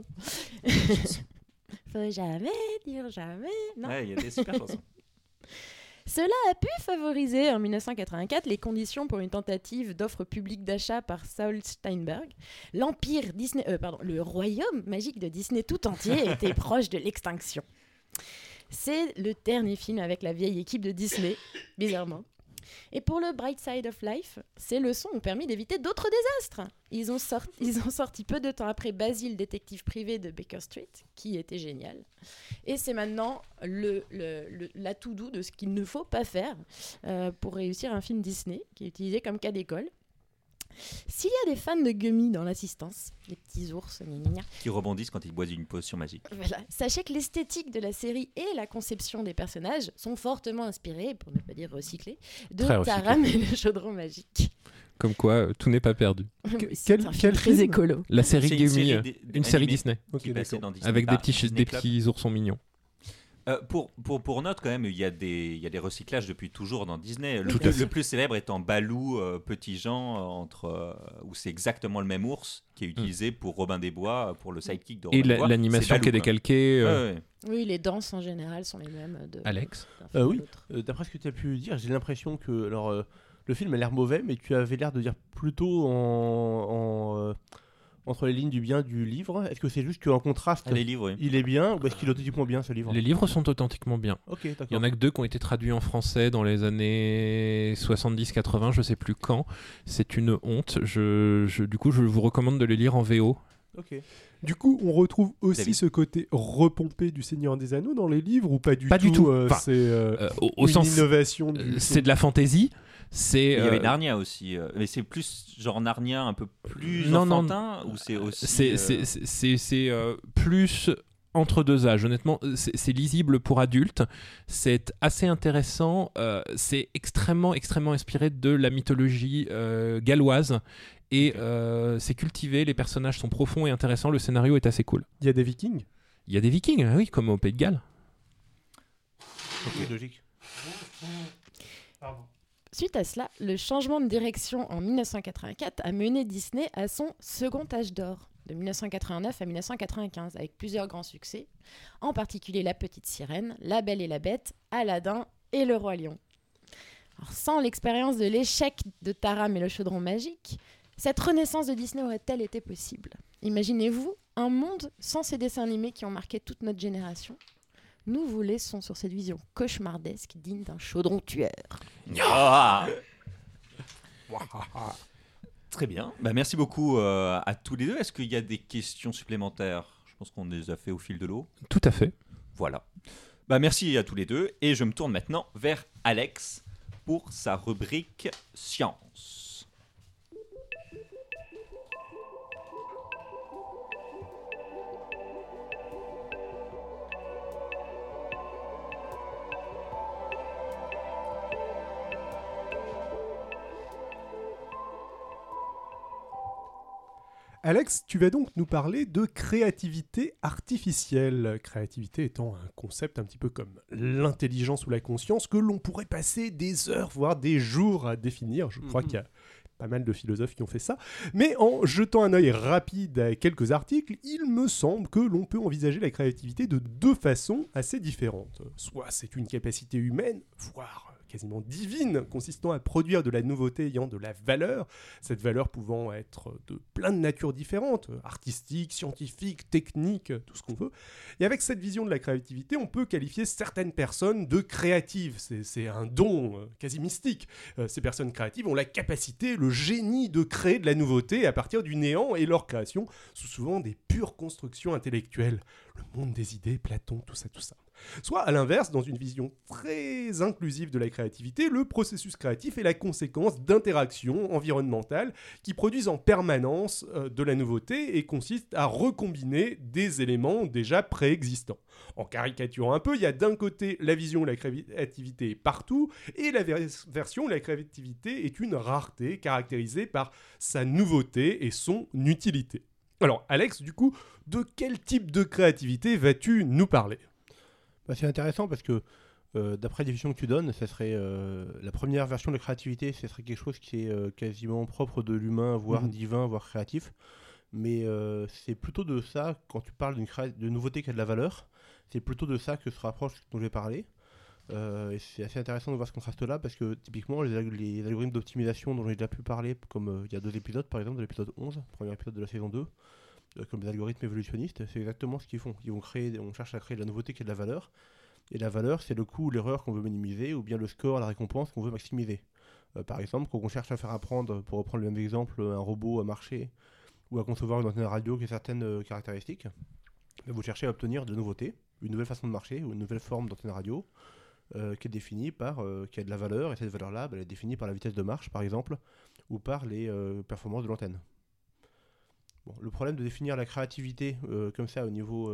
Speaker 4: Faut jamais dire jamais. Non.
Speaker 6: Ouais, il y a des super chansons.
Speaker 4: Cela a pu favoriser en 1984 les conditions pour une tentative d'offre publique d'achat par Saul Steinberg. L'empire Disney, le royaume magique de Disney tout entier était proche de l'extinction. C'est le dernier film avec la vieille équipe de Disney, bizarrement. Et pour le Bright Side of Life, ces leçons ont permis d'éviter d'autres désastres. Ils ont sorti peu de temps après Basil, détective privé de Baker Street, qui était génial. Et c'est maintenant la to-do de ce qu'il ne faut pas faire pour réussir un film Disney, qui est utilisé comme cas d'école. S'il y a des fans de Gummy dans l'assistance, les petits ours,
Speaker 6: qui rebondissent quand ils boivent une potion magique.
Speaker 4: Voilà. Sachez que l'esthétique de la série et la conception des personnages sont fortement inspirées, pour ne pas dire recyclées, de
Speaker 5: Très recyclé.
Speaker 4: Taram et le chaudron magique.
Speaker 5: Comme quoi, tout n'est pas perdu.
Speaker 4: C'est un film très
Speaker 1: film
Speaker 4: écolo.
Speaker 5: La série
Speaker 6: C'est une
Speaker 5: Gummy,
Speaker 6: série
Speaker 5: une série
Speaker 6: animée
Speaker 5: Disney,
Speaker 1: Ok,
Speaker 6: qui passait
Speaker 1: d'accord.
Speaker 6: dans Disney.
Speaker 5: avec
Speaker 6: Ah,
Speaker 5: des
Speaker 6: Disney Club.
Speaker 5: petits oursons mignons.
Speaker 6: Pour note quand même, il y a des recyclages depuis toujours dans Disney.
Speaker 5: Tout à fait.
Speaker 6: Le plus célèbre étant Baloo, Petit Jean, où c'est exactement le même ours qui est utilisé pour Robin des Bois, pour le sidekick de Robin
Speaker 5: Et
Speaker 6: des Bois.
Speaker 5: l'animation
Speaker 6: C'est
Speaker 5: qui est
Speaker 6: Baloo, quoi.
Speaker 5: décalquée.
Speaker 6: Ouais, ouais.
Speaker 4: Oui, les danses en général sont les mêmes.
Speaker 5: Alex
Speaker 4: d'un film à
Speaker 2: Oui,
Speaker 4: l'autre.
Speaker 2: d'après ce que tu as pu dire, j'ai l'impression que le film a l'air mauvais, mais tu avais l'air de dire plutôt entre les lignes du bien du livre. Est-ce que c'est juste qu'en contraste,
Speaker 6: Ah, les livres, oui.
Speaker 2: il est bien, ou est-ce qu'il est authentiquement bien ce livre?
Speaker 5: Les livres sont authentiquement bien.
Speaker 2: Ok, d'accord.
Speaker 5: Il y en a que 2 qui ont été traduits en français dans les années 70-80, je sais plus quand. C'est une honte. Du coup, je vous recommande de les lire en VO.
Speaker 2: Ok.
Speaker 1: Du coup, on retrouve aussi
Speaker 6: David.
Speaker 1: ce côté repompé du Seigneur des Anneaux dans les livres ou pas du tout?
Speaker 5: Pas du tout. Enfin,
Speaker 1: C'est
Speaker 5: Au
Speaker 1: une
Speaker 5: sens,
Speaker 1: innovation du
Speaker 5: c'est de la fantaisie. C'est
Speaker 6: Il y avait Narnia aussi, mais c'est plus genre Narnia un peu plus
Speaker 5: Non, non,
Speaker 6: enfantin ou c'est aussi.
Speaker 5: c'est plus entre deux âges. Honnêtement, c'est lisible pour adultes. C'est assez intéressant. C'est extrêmement inspiré de la mythologie galloise. Et c'est cultivé. Les personnages sont profonds et intéressants. Le scénario est assez cool.
Speaker 1: Il y a des Vikings.
Speaker 5: Il y a des Vikings, oui, comme au Pays de Galles.
Speaker 2: Ok, logique.
Speaker 4: Suite à cela, le changement de direction en 1984 a mené Disney à son second âge d'or, de 1989 à 1995, avec plusieurs grands succès, en particulier La Petite Sirène, La Belle et la Bête, Aladdin et Le Roi Lion. Alors, sans l'expérience de l'échec de Taram et le chaudron magique, cette renaissance de Disney aurait-elle été possible? Imaginez-vous un monde sans ces dessins animés qui ont marqué toute notre génération? Nous vous laissons sur cette vision cauchemardesque digne d'un chaudron tueur.
Speaker 6: Ah. Très bien. Bah, merci beaucoup à tous les deux. Est-ce qu'il y a des questions supplémentaires? Je pense qu'on les a fait au fil de l'eau.
Speaker 5: Tout à fait.
Speaker 6: Voilà. Bah, merci à tous les deux. Et je me tourne maintenant vers Alex pour sa rubrique science.
Speaker 1: Alex, tu vas donc nous parler de créativité artificielle. Créativité étant un concept un petit peu comme l'intelligence ou la conscience que l'on pourrait passer des heures, voire des jours à définir. Je crois qu'il y a pas mal de philosophes qui ont fait ça. Mais en jetant un œil rapide à quelques articles, il me semble que l'on peut envisager la créativité de deux façons assez différentes. Soit c'est une capacité humaine, voire quasiment divine, consistant à produire de la nouveauté ayant de la valeur, cette valeur pouvant être de plein de natures différentes, artistiques, scientifiques, techniques, tout ce qu'on veut. Et avec cette vision de la créativité, on peut qualifier certaines personnes de créatives. C'est un don quasi mystique. Ces personnes créatives ont la capacité, le génie de créer de la nouveauté à partir du néant, et leur création sont souvent des pures constructions intellectuelles. Le monde des idées, Platon, tout ça. Soit à l'inverse, dans une vision très inclusive de la créativité, le processus créatif est la conséquence d'interactions environnementales qui produisent en permanence de la nouveauté et consistent à recombiner des éléments déjà préexistants. En caricaturant un peu, il y a d'un côté la vision où la créativité est partout et la version où la créativité est une rareté caractérisée par sa nouveauté et son utilité. Alors Alex, du coup, de quel type de créativité vas-tu nous parler ?
Speaker 2: Bah, c'est intéressant parce que d'après la définition que tu donnes, ça serait la première version de la créativité, ce serait quelque chose qui est quasiment propre de l'humain, voire divin, voire créatif. Mais c'est plutôt de ça, quand tu parles de nouveauté qui a de la valeur, c'est plutôt de ça que se rapproche ce dont je vais parler. Et c'est assez intéressant de voir ce contraste-là parce que typiquement les algorithmes d'optimisation dont j'ai déjà pu parler, comme il y a 2 épisodes par exemple, de l'épisode 11, premier épisode de la saison 2, comme les algorithmes évolutionnistes, c'est exactement ce qu'ils font. On cherche à créer de la nouveauté qui a de la valeur. Et la valeur, c'est le coût ou l'erreur qu'on veut minimiser, ou bien le score, la récompense qu'on veut maximiser. Par exemple, quand on cherche à faire apprendre, pour reprendre le même exemple, un robot à marcher, ou à concevoir une antenne radio qui a certaines caractéristiques, vous cherchez à obtenir de nouveautés, une nouvelle façon de marcher, ou une nouvelle forme d'antenne radio, qui est définie par, qui a de la valeur, et cette valeur-là, elle est définie par la vitesse de marche, par exemple, ou par les performances de l'antenne. Bon, le problème de définir la créativité comme ça au niveau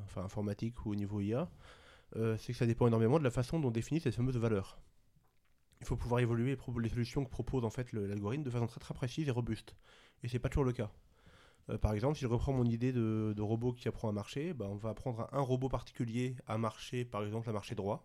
Speaker 2: informatique ou au niveau IA, c'est que ça dépend énormément de la façon dont on définit cette fameuse valeur. il faut pouvoir évoluer les solutions que propose en fait l'algorithme de façon très très précise et robuste. Et c'est pas toujours le cas. Par exemple, si je reprends mon idée de robot qui apprend à marcher, on va apprendre à un robot particulier à marcher, par exemple à marcher droit,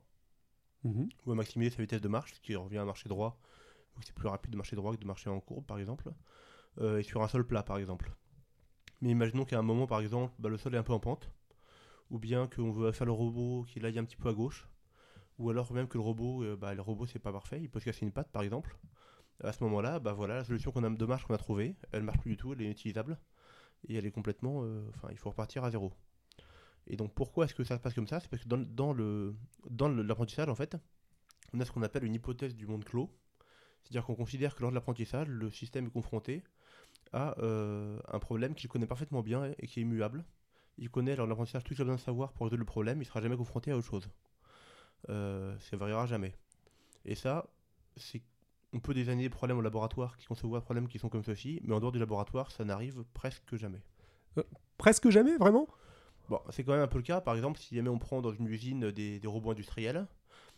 Speaker 2: ou à maximiser sa vitesse de marche, ce qui revient à marcher droit, donc c'est plus rapide de marcher droit que de marcher en courbe par exemple, et sur un sol plat par exemple. Mais imaginons qu'à un moment par exemple, le sol est un peu en pente, ou bien qu'on veut faire le robot qu'il aille un petit peu à gauche, ou alors même que le robot c'est pas parfait, il peut se casser une patte par exemple. À ce moment-là, voilà, la solution de marche qu'on a trouvée, elle marche plus du tout, elle est inutilisable. Et elle est complètement... il faut repartir à zéro. Et donc pourquoi est-ce que ça se passe comme ça ? C'est parce que dans l'apprentissage, en fait, on a ce qu'on appelle une hypothèse du monde clos. C'est-à-dire qu'on considère que lors de l'apprentissage, le système est confronté à un problème qu'il connaît parfaitement bien et qui est immuable. Il connaît lors de l'apprentissage tout ce qu'il a besoin de savoir pour résoudre le problème, il ne sera jamais confronté à autre chose. Ça ne variera jamais. Et ça, on peut désigner des problèmes au laboratoire qui conçoivent des problèmes qui sont comme ceci, mais en dehors du laboratoire, ça n'arrive presque jamais.
Speaker 1: Presque jamais, vraiment ?
Speaker 2: Bon, c'est quand même un peu le cas. Par exemple, si jamais on prend dans une usine des robots industriels,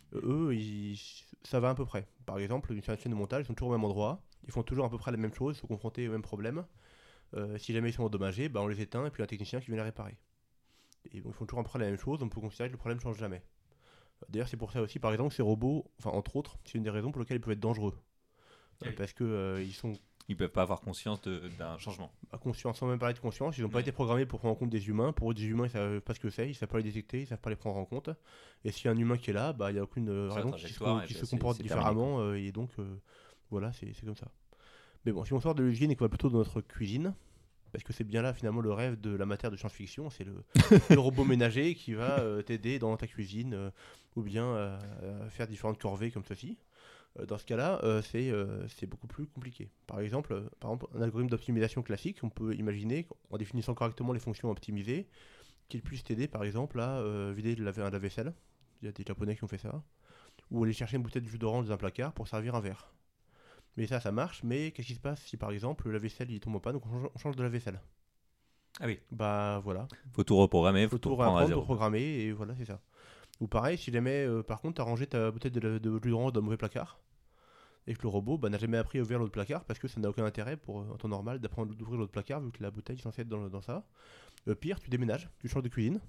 Speaker 2: ça va à peu près. Par exemple, une chaîne de montage, ils sont toujours au même endroit, ils font toujours à peu près la même chose, ils sont confrontés aux mêmes problèmes. Si jamais ils sont endommagés, on les éteint et puis un technicien qui vient les réparer. Et donc, ils font toujours à peu près la même chose, on peut considérer que le problème ne change jamais. D'ailleurs, c'est pour ça aussi, par exemple, que ces robots, entre autres, c'est une des raisons pour lesquelles ils peuvent être dangereux. Parce que ils
Speaker 6: peuvent pas avoir conscience d'un changement.
Speaker 2: Conscience, sans même parler de conscience, ils n'ont pas été programmés pour prendre en compte des humains. Pour eux, des humains, ils savent pas ce que c'est, ils savent pas les détecter, ils savent pas les prendre en compte. Et s'il y a un humain qui est là, il n'y a aucune raison qu'il se comporte différemment. Et donc, voilà, c'est comme ça. Mais bon, si on sort de l'usine et qu'on va plutôt dans notre cuisine, parce que c'est bien là finalement le rêve de la matière de science-fiction, c'est le robot ménager qui va t'aider dans ta cuisine ou bien faire différentes corvées comme ceci. Dans ce cas-là, c'est beaucoup plus compliqué. Par exemple, un algorithme d'optimisation classique, on peut imaginer, en définissant correctement les fonctions optimisées, qu'il puisse t'aider par exemple à vider un lave-vaisselle. Il y a des Japonais qui ont fait ça. Ou aller chercher une bouteille de jus d'orange dans un placard pour servir un verre. Mais ça marche, mais qu'est-ce qui se passe si par exemple le lave-vaisselle il tombe en panne, donc on change de lave-vaisselle ?
Speaker 6: Ah oui.
Speaker 2: Voilà.
Speaker 6: Faut tout reprogrammer,
Speaker 2: faut tout reprogrammer, et voilà, c'est ça. Ou pareil, si jamais par contre tu as rangé ta bouteille de jus d'orange dans le mauvais placard, et que le robot n'a jamais appris à ouvrir l'autre placard, parce que ça n'a aucun intérêt en temps normal d'apprendre d'ouvrir l'autre placard vu que la bouteille est censée être dans ça. Pire, tu déménages, tu changes de cuisine,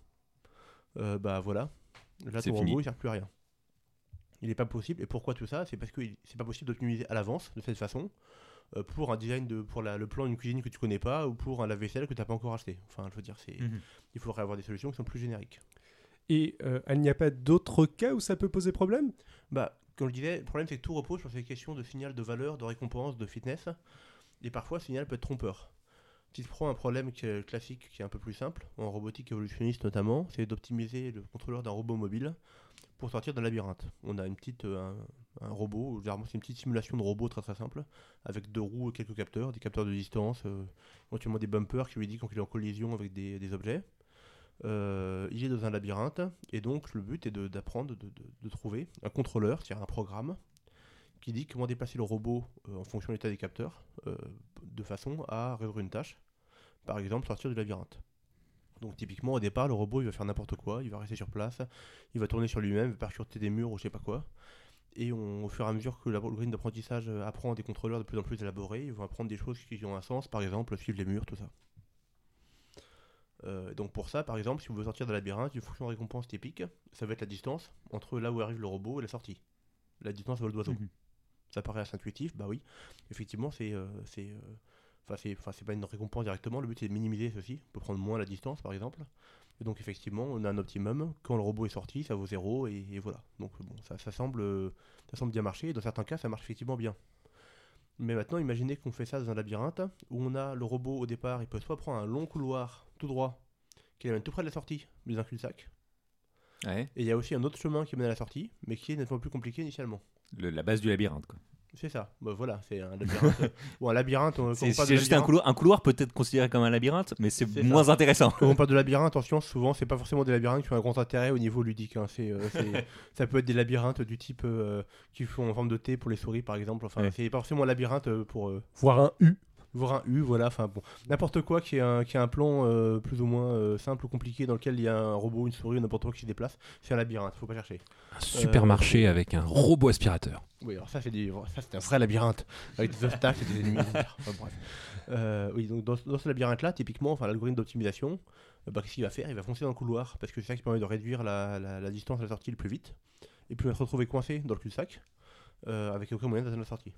Speaker 2: voilà, là ton robot il sert plus à rien. Il n'est pas possible, et pourquoi tout ça ? C'est parce que c'est pas possible d'optimiser à l'avance de cette façon pour un design pour le plan d'une cuisine que tu connais pas, ou pour un lave-vaisselle que tu n'as pas encore acheté. Enfin, je veux dire, il faudrait avoir des solutions qui sont plus génériques.
Speaker 1: Et il n'y a pas d'autres cas où ça peut poser problème ?
Speaker 2: Comme je disais, le problème c'est que tout repose sur ces questions de signal de valeur, de récompense, de fitness, et parfois le signal peut être trompeur. Si tu prends un problème classique qui est un peu plus simple, en robotique évolutionniste notamment, c'est d'optimiser le contrôleur d'un robot mobile pour sortir d'un labyrinthe. On a un robot, généralement c'est une petite simulation de robot très très simple, avec 2 roues et quelques capteurs, des capteurs de distance, éventuellement des bumpers qui lui disent quand il est en collision avec des objets. Il est dans un labyrinthe, et donc le but est d'apprendre, de trouver un contrôleur, c'est-à-dire un programme, qui dit comment déplacer le robot en fonction de l'état des capteurs, de façon à résoudre une tâche, par exemple sortir du labyrinthe. Donc typiquement au départ le robot il va faire n'importe quoi, il va rester sur place, il va tourner sur lui-même, il va percuter des murs ou je sais pas quoi, et au fur et à mesure que l'algorithme d'apprentissage apprend des contrôleurs de plus en plus élaborés, ils vont apprendre des choses qui ont un sens, par exemple suivre les murs, tout ça. Donc pour ça, par exemple, si vous voulez sortir de labyrinthe, une fonction de récompense typique, ça va être la distance entre là où arrive le robot et la sortie. La distance vol d'oiseau. Ça paraît assez intuitif, oui. Effectivement, c'est pas une récompense directement, le but c'est de minimiser ceci. On peut prendre moins la distance par exemple. Et donc effectivement, on a un optimum. Quand le robot est sorti, ça vaut 0 et voilà. Donc bon, ça semble bien marcher, et dans certains cas, ça marche effectivement bien. Mais maintenant, imaginez qu'on fait ça dans un labyrinthe où on a le robot au départ, il peut soit prendre un long couloir tout droit qui l'amène tout près de la sortie, mais dans un cul-de-sac.
Speaker 6: Ouais.
Speaker 2: Et il y a aussi un autre chemin qui mène à la sortie, mais qui est nettement plus compliqué initialement.
Speaker 6: La base du labyrinthe, quoi.
Speaker 2: C'est ça, voilà, c'est un labyrinthe. Ou un labyrinthe,
Speaker 6: c'est juste un couloir. Un couloir peut être considéré comme un labyrinthe, mais c'est moins intéressant.
Speaker 2: Quand on parle de labyrinthe en science, souvent c'est pas forcément des labyrinthes qui ont un grand intérêt au niveau ludique. Ça peut être des labyrinthes du type qui font en forme de T pour les souris par exemple. Enfin, c'est pas forcément un labyrinthe pour.
Speaker 1: Voir un U.
Speaker 2: Voir un U, voilà, enfin bon, n'importe quoi qui est un plan plus ou moins simple ou compliqué dans lequel il y a un robot, une souris ou n'importe quoi qui se déplace, c'est un labyrinthe, faut pas chercher.
Speaker 5: Un supermarché avec un robot aspirateur.
Speaker 2: Oui, alors ça c'est un vrai labyrinthe, avec des obstacles et des ennemis. Enfin, bref. Oui, donc dans ce labyrinthe-là, typiquement, enfin, l'algorithme d'optimisation, qu'est-ce qu'il va faire? Il va foncer dans le couloir, parce que c'est ça qui permet de réduire la distance à la sortie le plus vite, et puis on va se retrouver coincé dans le cul-de-sac, avec aucun moyen d'atteindre la sortie.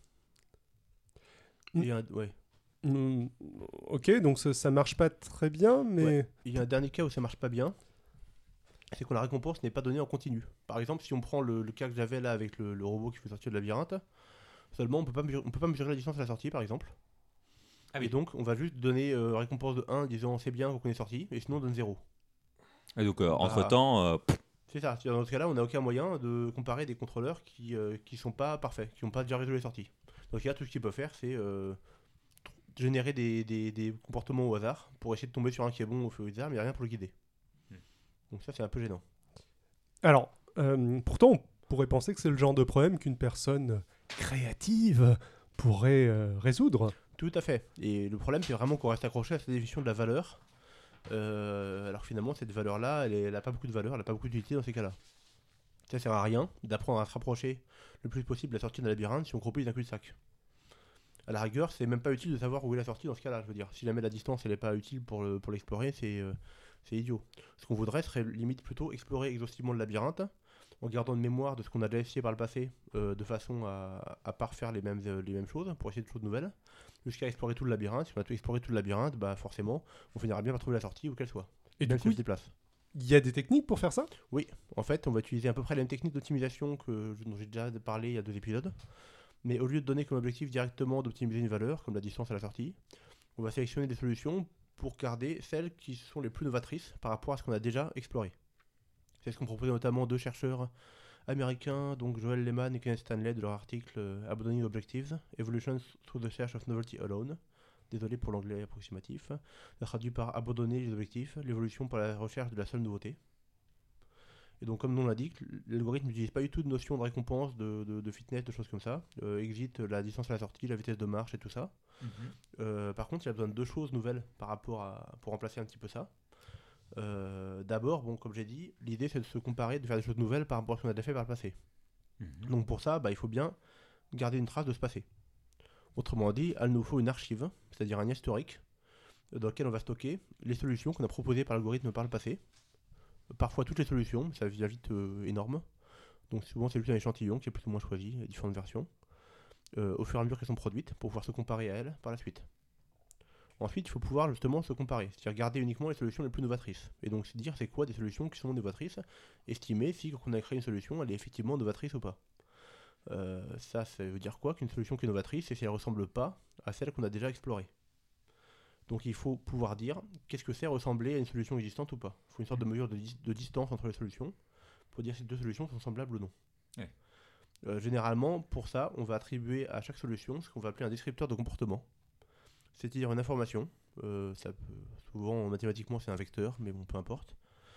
Speaker 2: Ouais.
Speaker 1: Ok, donc ça marche pas très bien, mais...
Speaker 2: Ouais. Il y a un dernier cas où ça marche pas bien, c'est que la récompense n'est pas donnée en continu. Par exemple, si on prend le cas que j'avais là avec le robot qui fait sortir du labyrinthe, seulement on peut pas mesurer la distance à la sortie par exemple.
Speaker 6: Ah oui.
Speaker 2: Et donc on va juste donner récompense de 1 disant c'est bien qu'on est sorti, et sinon on donne 0.
Speaker 6: Et donc, entre-temps,
Speaker 2: C'est ça, dans ce cas-là on n'a aucun moyen de comparer des contrôleurs qui sont pas parfaits, qui n'ont pas déjà résolu les sorties. Dans ce cas-là, tout ce qu'ils peuvent faire c'est générer des comportements au hasard pour essayer de tomber sur un qui est bon au feu et hasard, mais il n'y a rien pour le guider. Donc ça c'est un peu gênant.
Speaker 1: Alors, pourtant, on pourrait penser que c'est le genre de problème qu'une personne créative pourrait résoudre.
Speaker 2: Tout à fait. Et le problème c'est vraiment qu'on reste accroché à cette définition de la valeur. Alors finalement cette valeur-là, elle n'a pas beaucoup de valeur, elle n'a pas beaucoup d'utilité dans ces cas-là. Ça sert à rien d'apprendre à se rapprocher le plus possible de la sortie d'un labyrinthe si on cropule d'un cul-de-sac. À la rigueur, c'est même pas utile de savoir où est la sortie dans ce cas-là, je veux dire. Si jamais la distance elle n'est pas utile pour l'explorer, c'est idiot. Ce qu'on voudrait serait limite plutôt explorer exhaustivement le labyrinthe, en gardant une mémoire de ce qu'on a déjà essayé par le passé, de façon à pas refaire les mêmes choses, pour essayer de choses nouvelles, jusqu'à explorer tout le labyrinthe. Si on a tout exploré tout le labyrinthe, bah forcément, on finira bien par trouver la sortie où qu'elle soit.
Speaker 1: Et
Speaker 2: même
Speaker 1: du
Speaker 2: si
Speaker 1: coup,
Speaker 2: elle se déplace.
Speaker 1: il y a des techniques pour faire ça?
Speaker 2: Oui, en fait, on va utiliser à peu près la même technique d'optimisation dont j'ai déjà parlé il y a 2 épisodes. Mais au lieu de donner comme objectif directement d'optimiser une valeur, comme la distance à la sortie, on va sélectionner des solutions pour garder celles qui sont les plus novatrices par rapport à ce qu'on a déjà exploré. C'est ce qu'ont proposé notamment 2 chercheurs américains, donc Joel Lehman et Kenneth Stanley, de leur article Abandoning Objectives, Evolution through the Search of Novelty Alone. Désolé pour l'anglais approximatif. Traduit par Abandonner les objectifs, l'évolution par la recherche de la seule nouveauté. Et donc, comme le nom l'indique, l'algorithme n'utilise pas du tout de notion de récompense, de fitness, de choses comme ça. Exit la distance à la sortie, la vitesse de marche et tout ça. Par contre, il a besoin de 2 choses nouvelles pour remplacer un petit peu ça. D'abord, comme j'ai dit, l'idée c'est de se comparer, de faire des choses nouvelles par rapport à ce qu'on a déjà fait par le passé. Donc pour ça, il faut bien garder une trace de ce passé. Autrement dit, il nous faut une archive, c'est-à-dire un historique, dans lequel on va stocker les solutions qu'on a proposées par l'algorithme par le passé. Parfois toutes les solutions, ça devient vite énorme. Donc souvent c'est juste un échantillon qui est plus ou moins choisi, les différentes versions, au fur et à mesure qu'elles sont produites, pour pouvoir se comparer à elles par la suite. Ensuite, il faut pouvoir justement se comparer, c'est-à-dire garder uniquement les solutions les plus novatrices. Et donc, c'est dire c'est quoi des solutions qui sont novatrices, estimer si quand on a créé une solution, elle est effectivement novatrice ou pas. Ça veut dire quoi? Qu'une solution qui est novatrice, c'est si elle ne ressemble pas à celle qu'on a déjà explorée. Donc il faut pouvoir dire qu'est-ce que c'est ressembler à une solution existante ou pas. Il faut une sorte de mesure de distance entre les solutions, pour dire si 2 solutions sont semblables ou non.
Speaker 6: Ouais.
Speaker 2: Généralement, pour ça, on va attribuer à chaque solution ce qu'on va appeler un descripteur de comportement. C'est-à-dire une information, souvent mathématiquement c'est un vecteur, mais bon peu importe,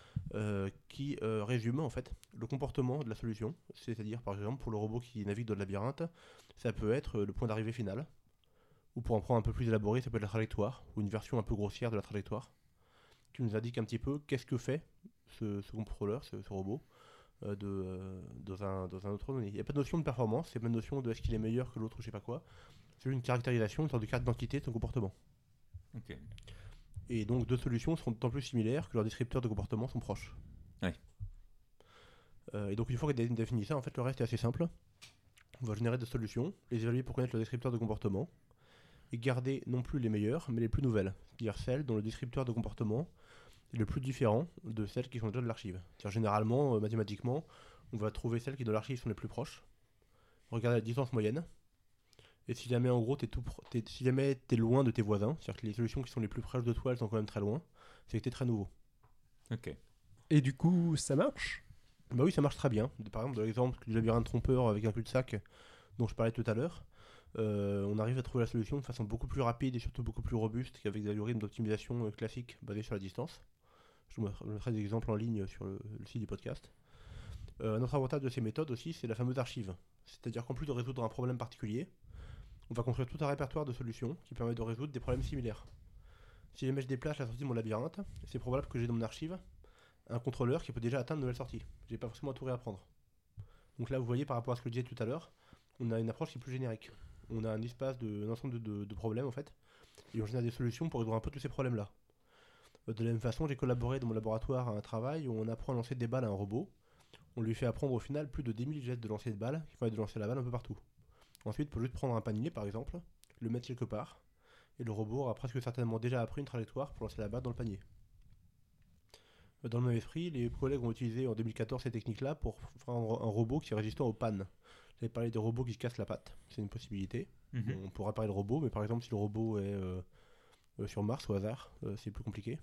Speaker 2: qui résume en fait le comportement de la solution. C'est-à-dire par exemple pour le robot qui navigue dans le labyrinthe, ça peut être le point d'arrivée final, ou pour en prendre un peu plus élaboré, ça peut être la trajectoire, ou une version un peu grossière de la trajectoire, qui nous indique un petit peu qu'est-ce que fait ce contrôleur, ce robot, dans un autre donné. Il n'y a pas de notion de performance, il n'y a pas de notion de est-ce qu'il est meilleur que l'autre ou je sais pas quoi. C'est une caractérisation, une sorte de carte d'identité de son comportement.
Speaker 6: Ok.
Speaker 2: Et donc 2 solutions seront d'autant plus similaires que leurs descripteurs de comportement sont proches.
Speaker 6: Ouais.
Speaker 2: Et donc une fois qu'on a défini ça, en fait le reste est assez simple. On va générer 2 solutions, les évaluer pour connaître le descripteur de comportement, et garder non plus les meilleures, mais les plus nouvelles, c'est-à-dire celles dont le descripteur de comportement est le plus différent de celles qui sont déjà de l'archive. C'est-à-dire généralement, mathématiquement, on va trouver celles qui dans l'archive sont les plus proches, regarder la distance moyenne, et si jamais en gros si jamais t'es loin de tes voisins, c'est-à-dire que les solutions qui sont les plus proches de toi elles sont quand même très loin, c'est que t'es très nouveau.
Speaker 6: Ok.
Speaker 1: Et du coup, ça marche?
Speaker 2: Bah oui, ça marche très bien. Par exemple, dans l'exemple du labyrinthe trompeur avec un cul-de-sac dont je parlais tout à l'heure, on arrive à trouver la solution de façon beaucoup plus rapide et surtout beaucoup plus robuste qu'avec des algorithmes d'optimisation classiques basés sur la distance. Je vous mettrai des exemples en ligne sur le site du podcast. Un autre avantage de ces méthodes aussi, c'est la fameuse archive. C'est-à-dire qu'en plus de résoudre un problème particulier, on va construire tout un répertoire de solutions qui permet de résoudre des problèmes similaires. Si jamais je déplace la sortie de mon labyrinthe, c'est probable que j'ai dans mon archive un contrôleur qui peut déjà atteindre une nouvelle sortie. J'ai pas forcément à tout réapprendre. Donc là, vous voyez, par rapport à ce que je disais tout à l'heure, on a une approche qui est plus générique. On a un ensemble de problèmes en fait, et on génère des solutions pour résoudre un peu tous ces problèmes-là. De la même façon, j'ai collaboré dans mon laboratoire à un travail où on apprend à lancer des balles à un robot. On lui fait apprendre au final plus de 10 000 gestes de lancer de balles qui permettent de lancer la balle un peu partout. Ensuite, il faut juste prendre un panier par exemple, le mettre quelque part, et le robot aura presque certainement déjà appris une trajectoire pour lancer la balle dans le panier. Dans le même esprit, les collègues ont utilisé en 2014 ces techniques-là pour rendre un robot qui est résistant aux pannes. J'avais parlé des robots qui se cassent la patte, c'est une possibilité. Bon, on pourra réparer le robot, mais par exemple si le robot est sur Mars au hasard, c'est plus compliqué.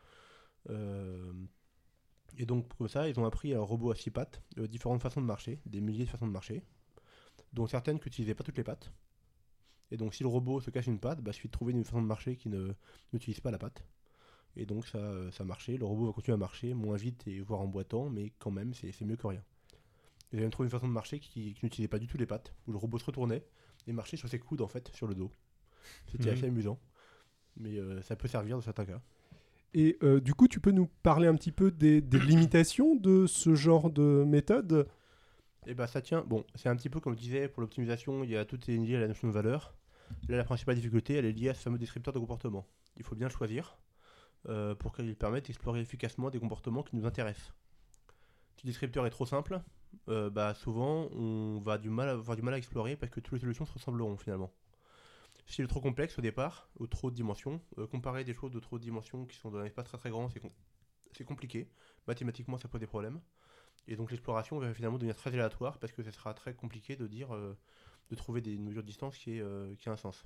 Speaker 2: Et donc comme ça, ils ont appris à un robot à 6 pattes différentes façons de marcher, des milliers de façons de marcher, dont certaines qui n'utilisaient pas toutes les pattes. Et donc si le robot se casse une patte, il suffit de trouver une façon de marcher qui n'utilise pas la patte. Et donc ça marchait, le robot va continuer à marcher moins vite et voire en boitant, mais quand même c'est mieux que rien. Ils avaient même trouvé une façon de marcher qui n'utilisait pas du tout les pattes, où le robot se retournait et marchait sur ses coudes en fait, sur le dos. C'était assez amusant, mais ça peut servir dans certains cas.
Speaker 1: Et du coup, tu peux nous parler un petit peu des limitations de ce genre de méthode ?
Speaker 2: Et ça tient, bon, c'est un petit peu comme je disais, pour l'optimisation, il y a tout est lié à la notion de valeur. Là, la principale difficulté, elle est liée à ce fameux descripteur de comportement. Il faut bien le choisir pour qu'il permette d'explorer efficacement des comportements qui nous intéressent. Si le descripteur est trop simple, souvent on va avoir du mal à explorer parce que toutes les solutions se ressembleront finalement. Si il est trop complexe au départ, ou trop de dimensions, comparer des choses de trop de dimensions qui sont dans un espace très très grand, c'est compliqué. Mathématiquement, ça pose des problèmes. Et donc l'exploration va finalement devenir très aléatoire parce que ce sera très compliqué de trouver des mesures de distance qui a un sens.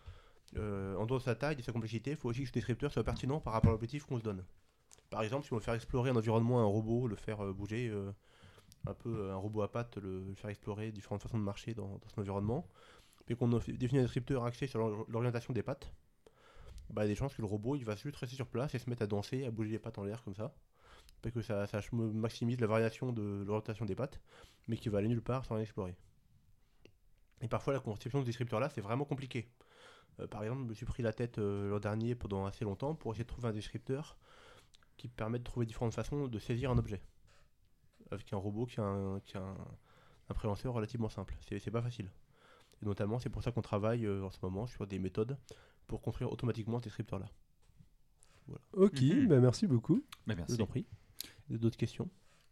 Speaker 2: En dehors de sa taille et de sa complexité, il faut aussi que ce descripteur soit pertinent par rapport à l'objectif qu'on se donne. Par exemple, si on veut faire explorer un environnement à un robot, le faire bouger, un peu un robot à pattes, le faire explorer différentes façons de marcher dans son environnement, mais qu'on définit un descripteur axé sur l'orientation des pattes, il y a des chances que le robot il va juste rester sur place et se mettre à danser, à bouger les pattes en l'air comme ça, parce que ça maximise la variation de l'orientation des pattes, mais qui va aller nulle part sans rien explorer. Et parfois la conception de ce descripteur-là, c'est vraiment compliqué. Par exemple, je me suis pris la tête l'an dernier pendant assez longtemps pour essayer de trouver un descripteur qui permet de trouver différentes façons de saisir un objet, avec un robot qui a un préhenseur relativement simple. C'est pas facile. Et notamment, c'est pour ça qu'on travaille en ce moment sur des méthodes pour construire automatiquement ce descripteur-là. Voilà.
Speaker 1: Ok, merci beaucoup.
Speaker 6: Merci.
Speaker 2: Je vous en prie. D'autres questions ?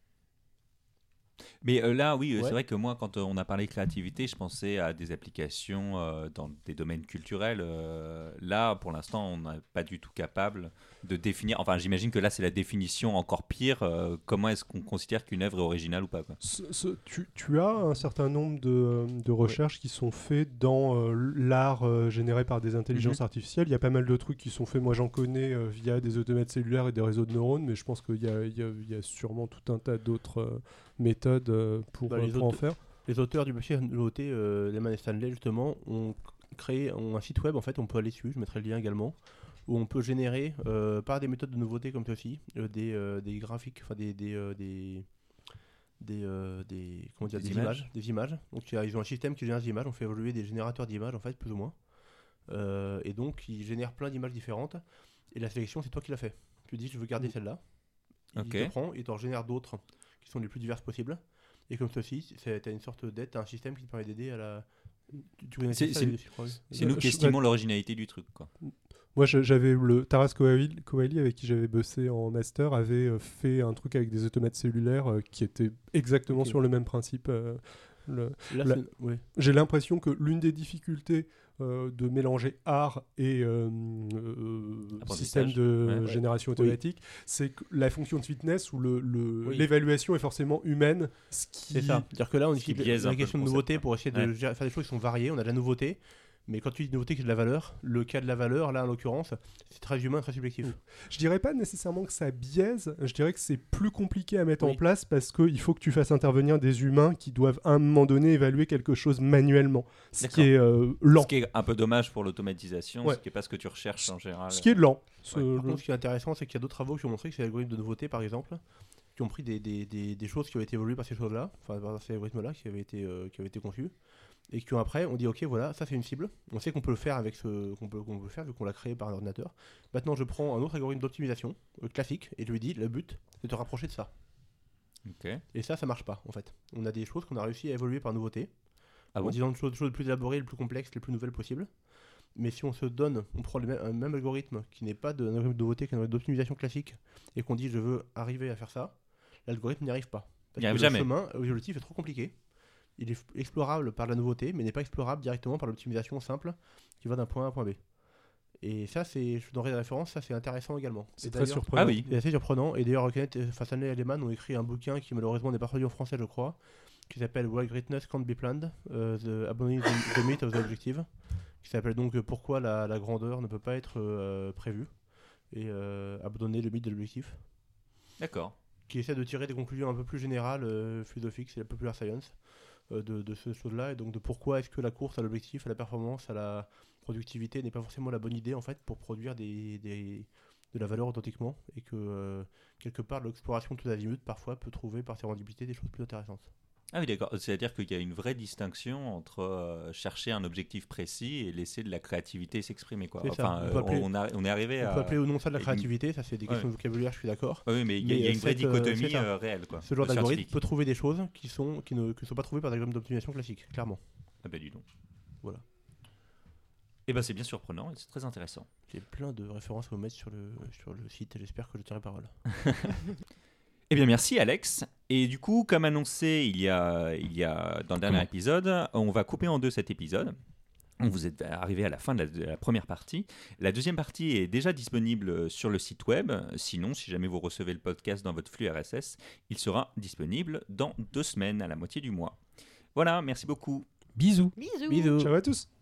Speaker 6: Mais là, oui, c'est vrai que moi, quand on a parlé créativité, je pensais à des applications dans des domaines culturels. Là, pour l'instant, on n'est pas du tout capable de définir. Enfin, j'imagine que là, c'est la définition encore pire. Comment est-ce qu'on considère qu'une œuvre est originale ou pas, quoi.
Speaker 1: Tu as un certain nombre de recherches qui sont faites dans l'art généré par des intelligences artificielles. Il y a pas mal de trucs qui sont faits. Moi, j'en connais via des automètres cellulaires et des réseaux de neurones, mais je pense qu'il y a sûrement tout un tas d'autres méthodes pour en faire.
Speaker 2: Les auteurs du dossier nouveauté, Lehman et Stanley justement, ont créé un site web, en fait, on peut aller dessus, je mettrai le lien également, où on peut générer par des méthodes de nouveauté comme ceci, des graphiques, enfin des images. Donc ils ont un système qui génère des images, on fait évoluer des générateurs d'images en fait, plus ou moins. Et donc ils génèrent plein d'images différentes, et la sélection c'est toi qui l'as fait. Tu dis je veux garder celle-là, il te prend, il t'en génère d'autres qui sont les plus diverses possibles. Et comme ceci, tu as une sorte d'aide, tu as un système qui te permet d'aider à la...
Speaker 6: C'est nous qui estimons l'originalité du truc, quoi.
Speaker 1: Moi, j'avais Taras Kouali, avec qui j'avais bossé en master, avait fait un truc avec des automates cellulaires qui était exactement sur le même principe. J'ai l'impression que l'une des difficultés de mélanger art et système de génération automatique, c'est que la fonction de fitness où l'évaluation est forcément humaine.
Speaker 2: C'est ça. C'est-à-dire que là, on utilise la question de nouveauté pour essayer de faire des choses qui sont variées. On a de la nouveauté. Mais quand tu dis nouveauté qui est de la valeur, le cas de la valeur, là en l'occurrence, c'est très humain, très subjectif.
Speaker 1: Je dirais pas nécessairement que ça biaise, je dirais que c'est plus compliqué à mettre en place parce qu'il faut que tu fasses intervenir des humains qui doivent à un moment donné évaluer quelque chose manuellement. Ce qui est lent.
Speaker 6: Ce qui est un peu dommage pour l'automatisation, ce qui n'est pas ce que tu recherches en général.
Speaker 1: Ce qui est lent.
Speaker 2: Par contre, ce qui est intéressant, c'est qu'il y a d'autres travaux qui ont montré que c'est l'algorithme de nouveauté, par exemple, qui ont pris des choses qui avaient été évoluées par ces choses-là, enfin par ces algorithmes-là qui avaient été conçus, Et qu'après, on dit ok, voilà, ça c'est une cible. On sait qu'on peut le faire avec qu'on peut le faire vu qu'on l'a créé par un ordinateur. Maintenant, je prends un autre algorithme d'optimisation classique et je lui dis le but, c'est de te rapprocher de ça.
Speaker 6: Ok.
Speaker 2: Et ça marche pas en fait. On a des choses qu'on a réussi à évoluer par nouveauté,
Speaker 6: Ah
Speaker 2: en
Speaker 6: bon
Speaker 2: disant des choses les plus élaborées, les plus complexes, les plus nouvelles possibles. Mais si on se donne, on prend un même algorithme qui n'est pas un algorithme de nouveauté, qui est un algorithme d'optimisation classique, et qu'on dit je veux arriver à faire ça, l'algorithme n'y arrive pas.
Speaker 6: Il n'y arrive
Speaker 2: que
Speaker 6: jamais.
Speaker 2: Le chemin évolutif est trop compliqué. Il est explorable par la nouveauté, mais n'est pas explorable directement par l'optimisation simple qui va d'un point A à un point B. Et ça, je donnerai des références, ça c'est intéressant également.
Speaker 1: C'est
Speaker 2: Et
Speaker 1: très
Speaker 2: d'ailleurs-
Speaker 1: surprenant.
Speaker 6: Ah oui.
Speaker 2: C'est assez surprenant. Et d'ailleurs, Stanley et Lehman ont écrit un bouquin qui malheureusement n'est pas traduit en français, je crois, qui s'appelle Why Greatness Can't Be Planned, The Abandoning the Myth of the Objective, qui s'appelle donc Pourquoi la grandeur ne peut pas être prévue, et abandonner le mythe de l'objectif,
Speaker 6: D'accord.
Speaker 2: qui essaie de tirer des conclusions un peu plus générales, philosophiques, c'est la popular science, de ce chose-là, et donc de pourquoi est-ce que la course à l'objectif, à la performance, à la productivité n'est pas forcément la bonne idée en fait pour produire de la valeur authentiquement, et que quelque part l'exploration de tous azimuts parfois peut trouver par sérendipité des choses plus intéressantes.
Speaker 6: Ah oui, d'accord. C'est-à-dire qu'il y a une vraie distinction entre chercher un objectif précis et laisser de la créativité s'exprimer, quoi.
Speaker 2: C'est ça.
Speaker 6: Enfin,
Speaker 2: On peut appeler-
Speaker 6: on est arrivé
Speaker 2: On
Speaker 6: à...
Speaker 2: peut appeler ou non ça de la
Speaker 6: une-
Speaker 2: créativité, ça c'est des questions
Speaker 6: Ouais.
Speaker 2: de vocabulaire, je suis d'accord.
Speaker 6: Oui, mais il y
Speaker 2: Mais,
Speaker 6: a une vraie
Speaker 2: c'est
Speaker 6: dichotomie
Speaker 2: ça.
Speaker 6: réelle, quoi.
Speaker 2: Ce genre d'algorithme
Speaker 6: scientifique.
Speaker 2: peut trouver des choses qui ne sont pas trouvées par des algorithmes d'optimisation classiques, clairement.
Speaker 6: Ah ben, dis donc.
Speaker 2: Voilà.
Speaker 6: Et ben, c'est bien surprenant et c'est très intéressant.
Speaker 2: J'ai plein de références à vous mettre sur le site et j'espère que je tiendrai parole.
Speaker 6: Eh bien, merci Alex. Et du coup, comme annoncé il y a dans le dernier épisode, on va couper en deux cet épisode. Vous êtes arrivé à la fin de la première partie. La deuxième partie est déjà disponible sur le site web. Sinon, si jamais vous recevez le podcast dans votre flux RSS, il sera disponible dans 2 semaines, à la moitié du mois. Voilà, merci beaucoup.
Speaker 5: Bisous.
Speaker 4: Bisous.
Speaker 2: Bisous.
Speaker 1: Ciao à tous.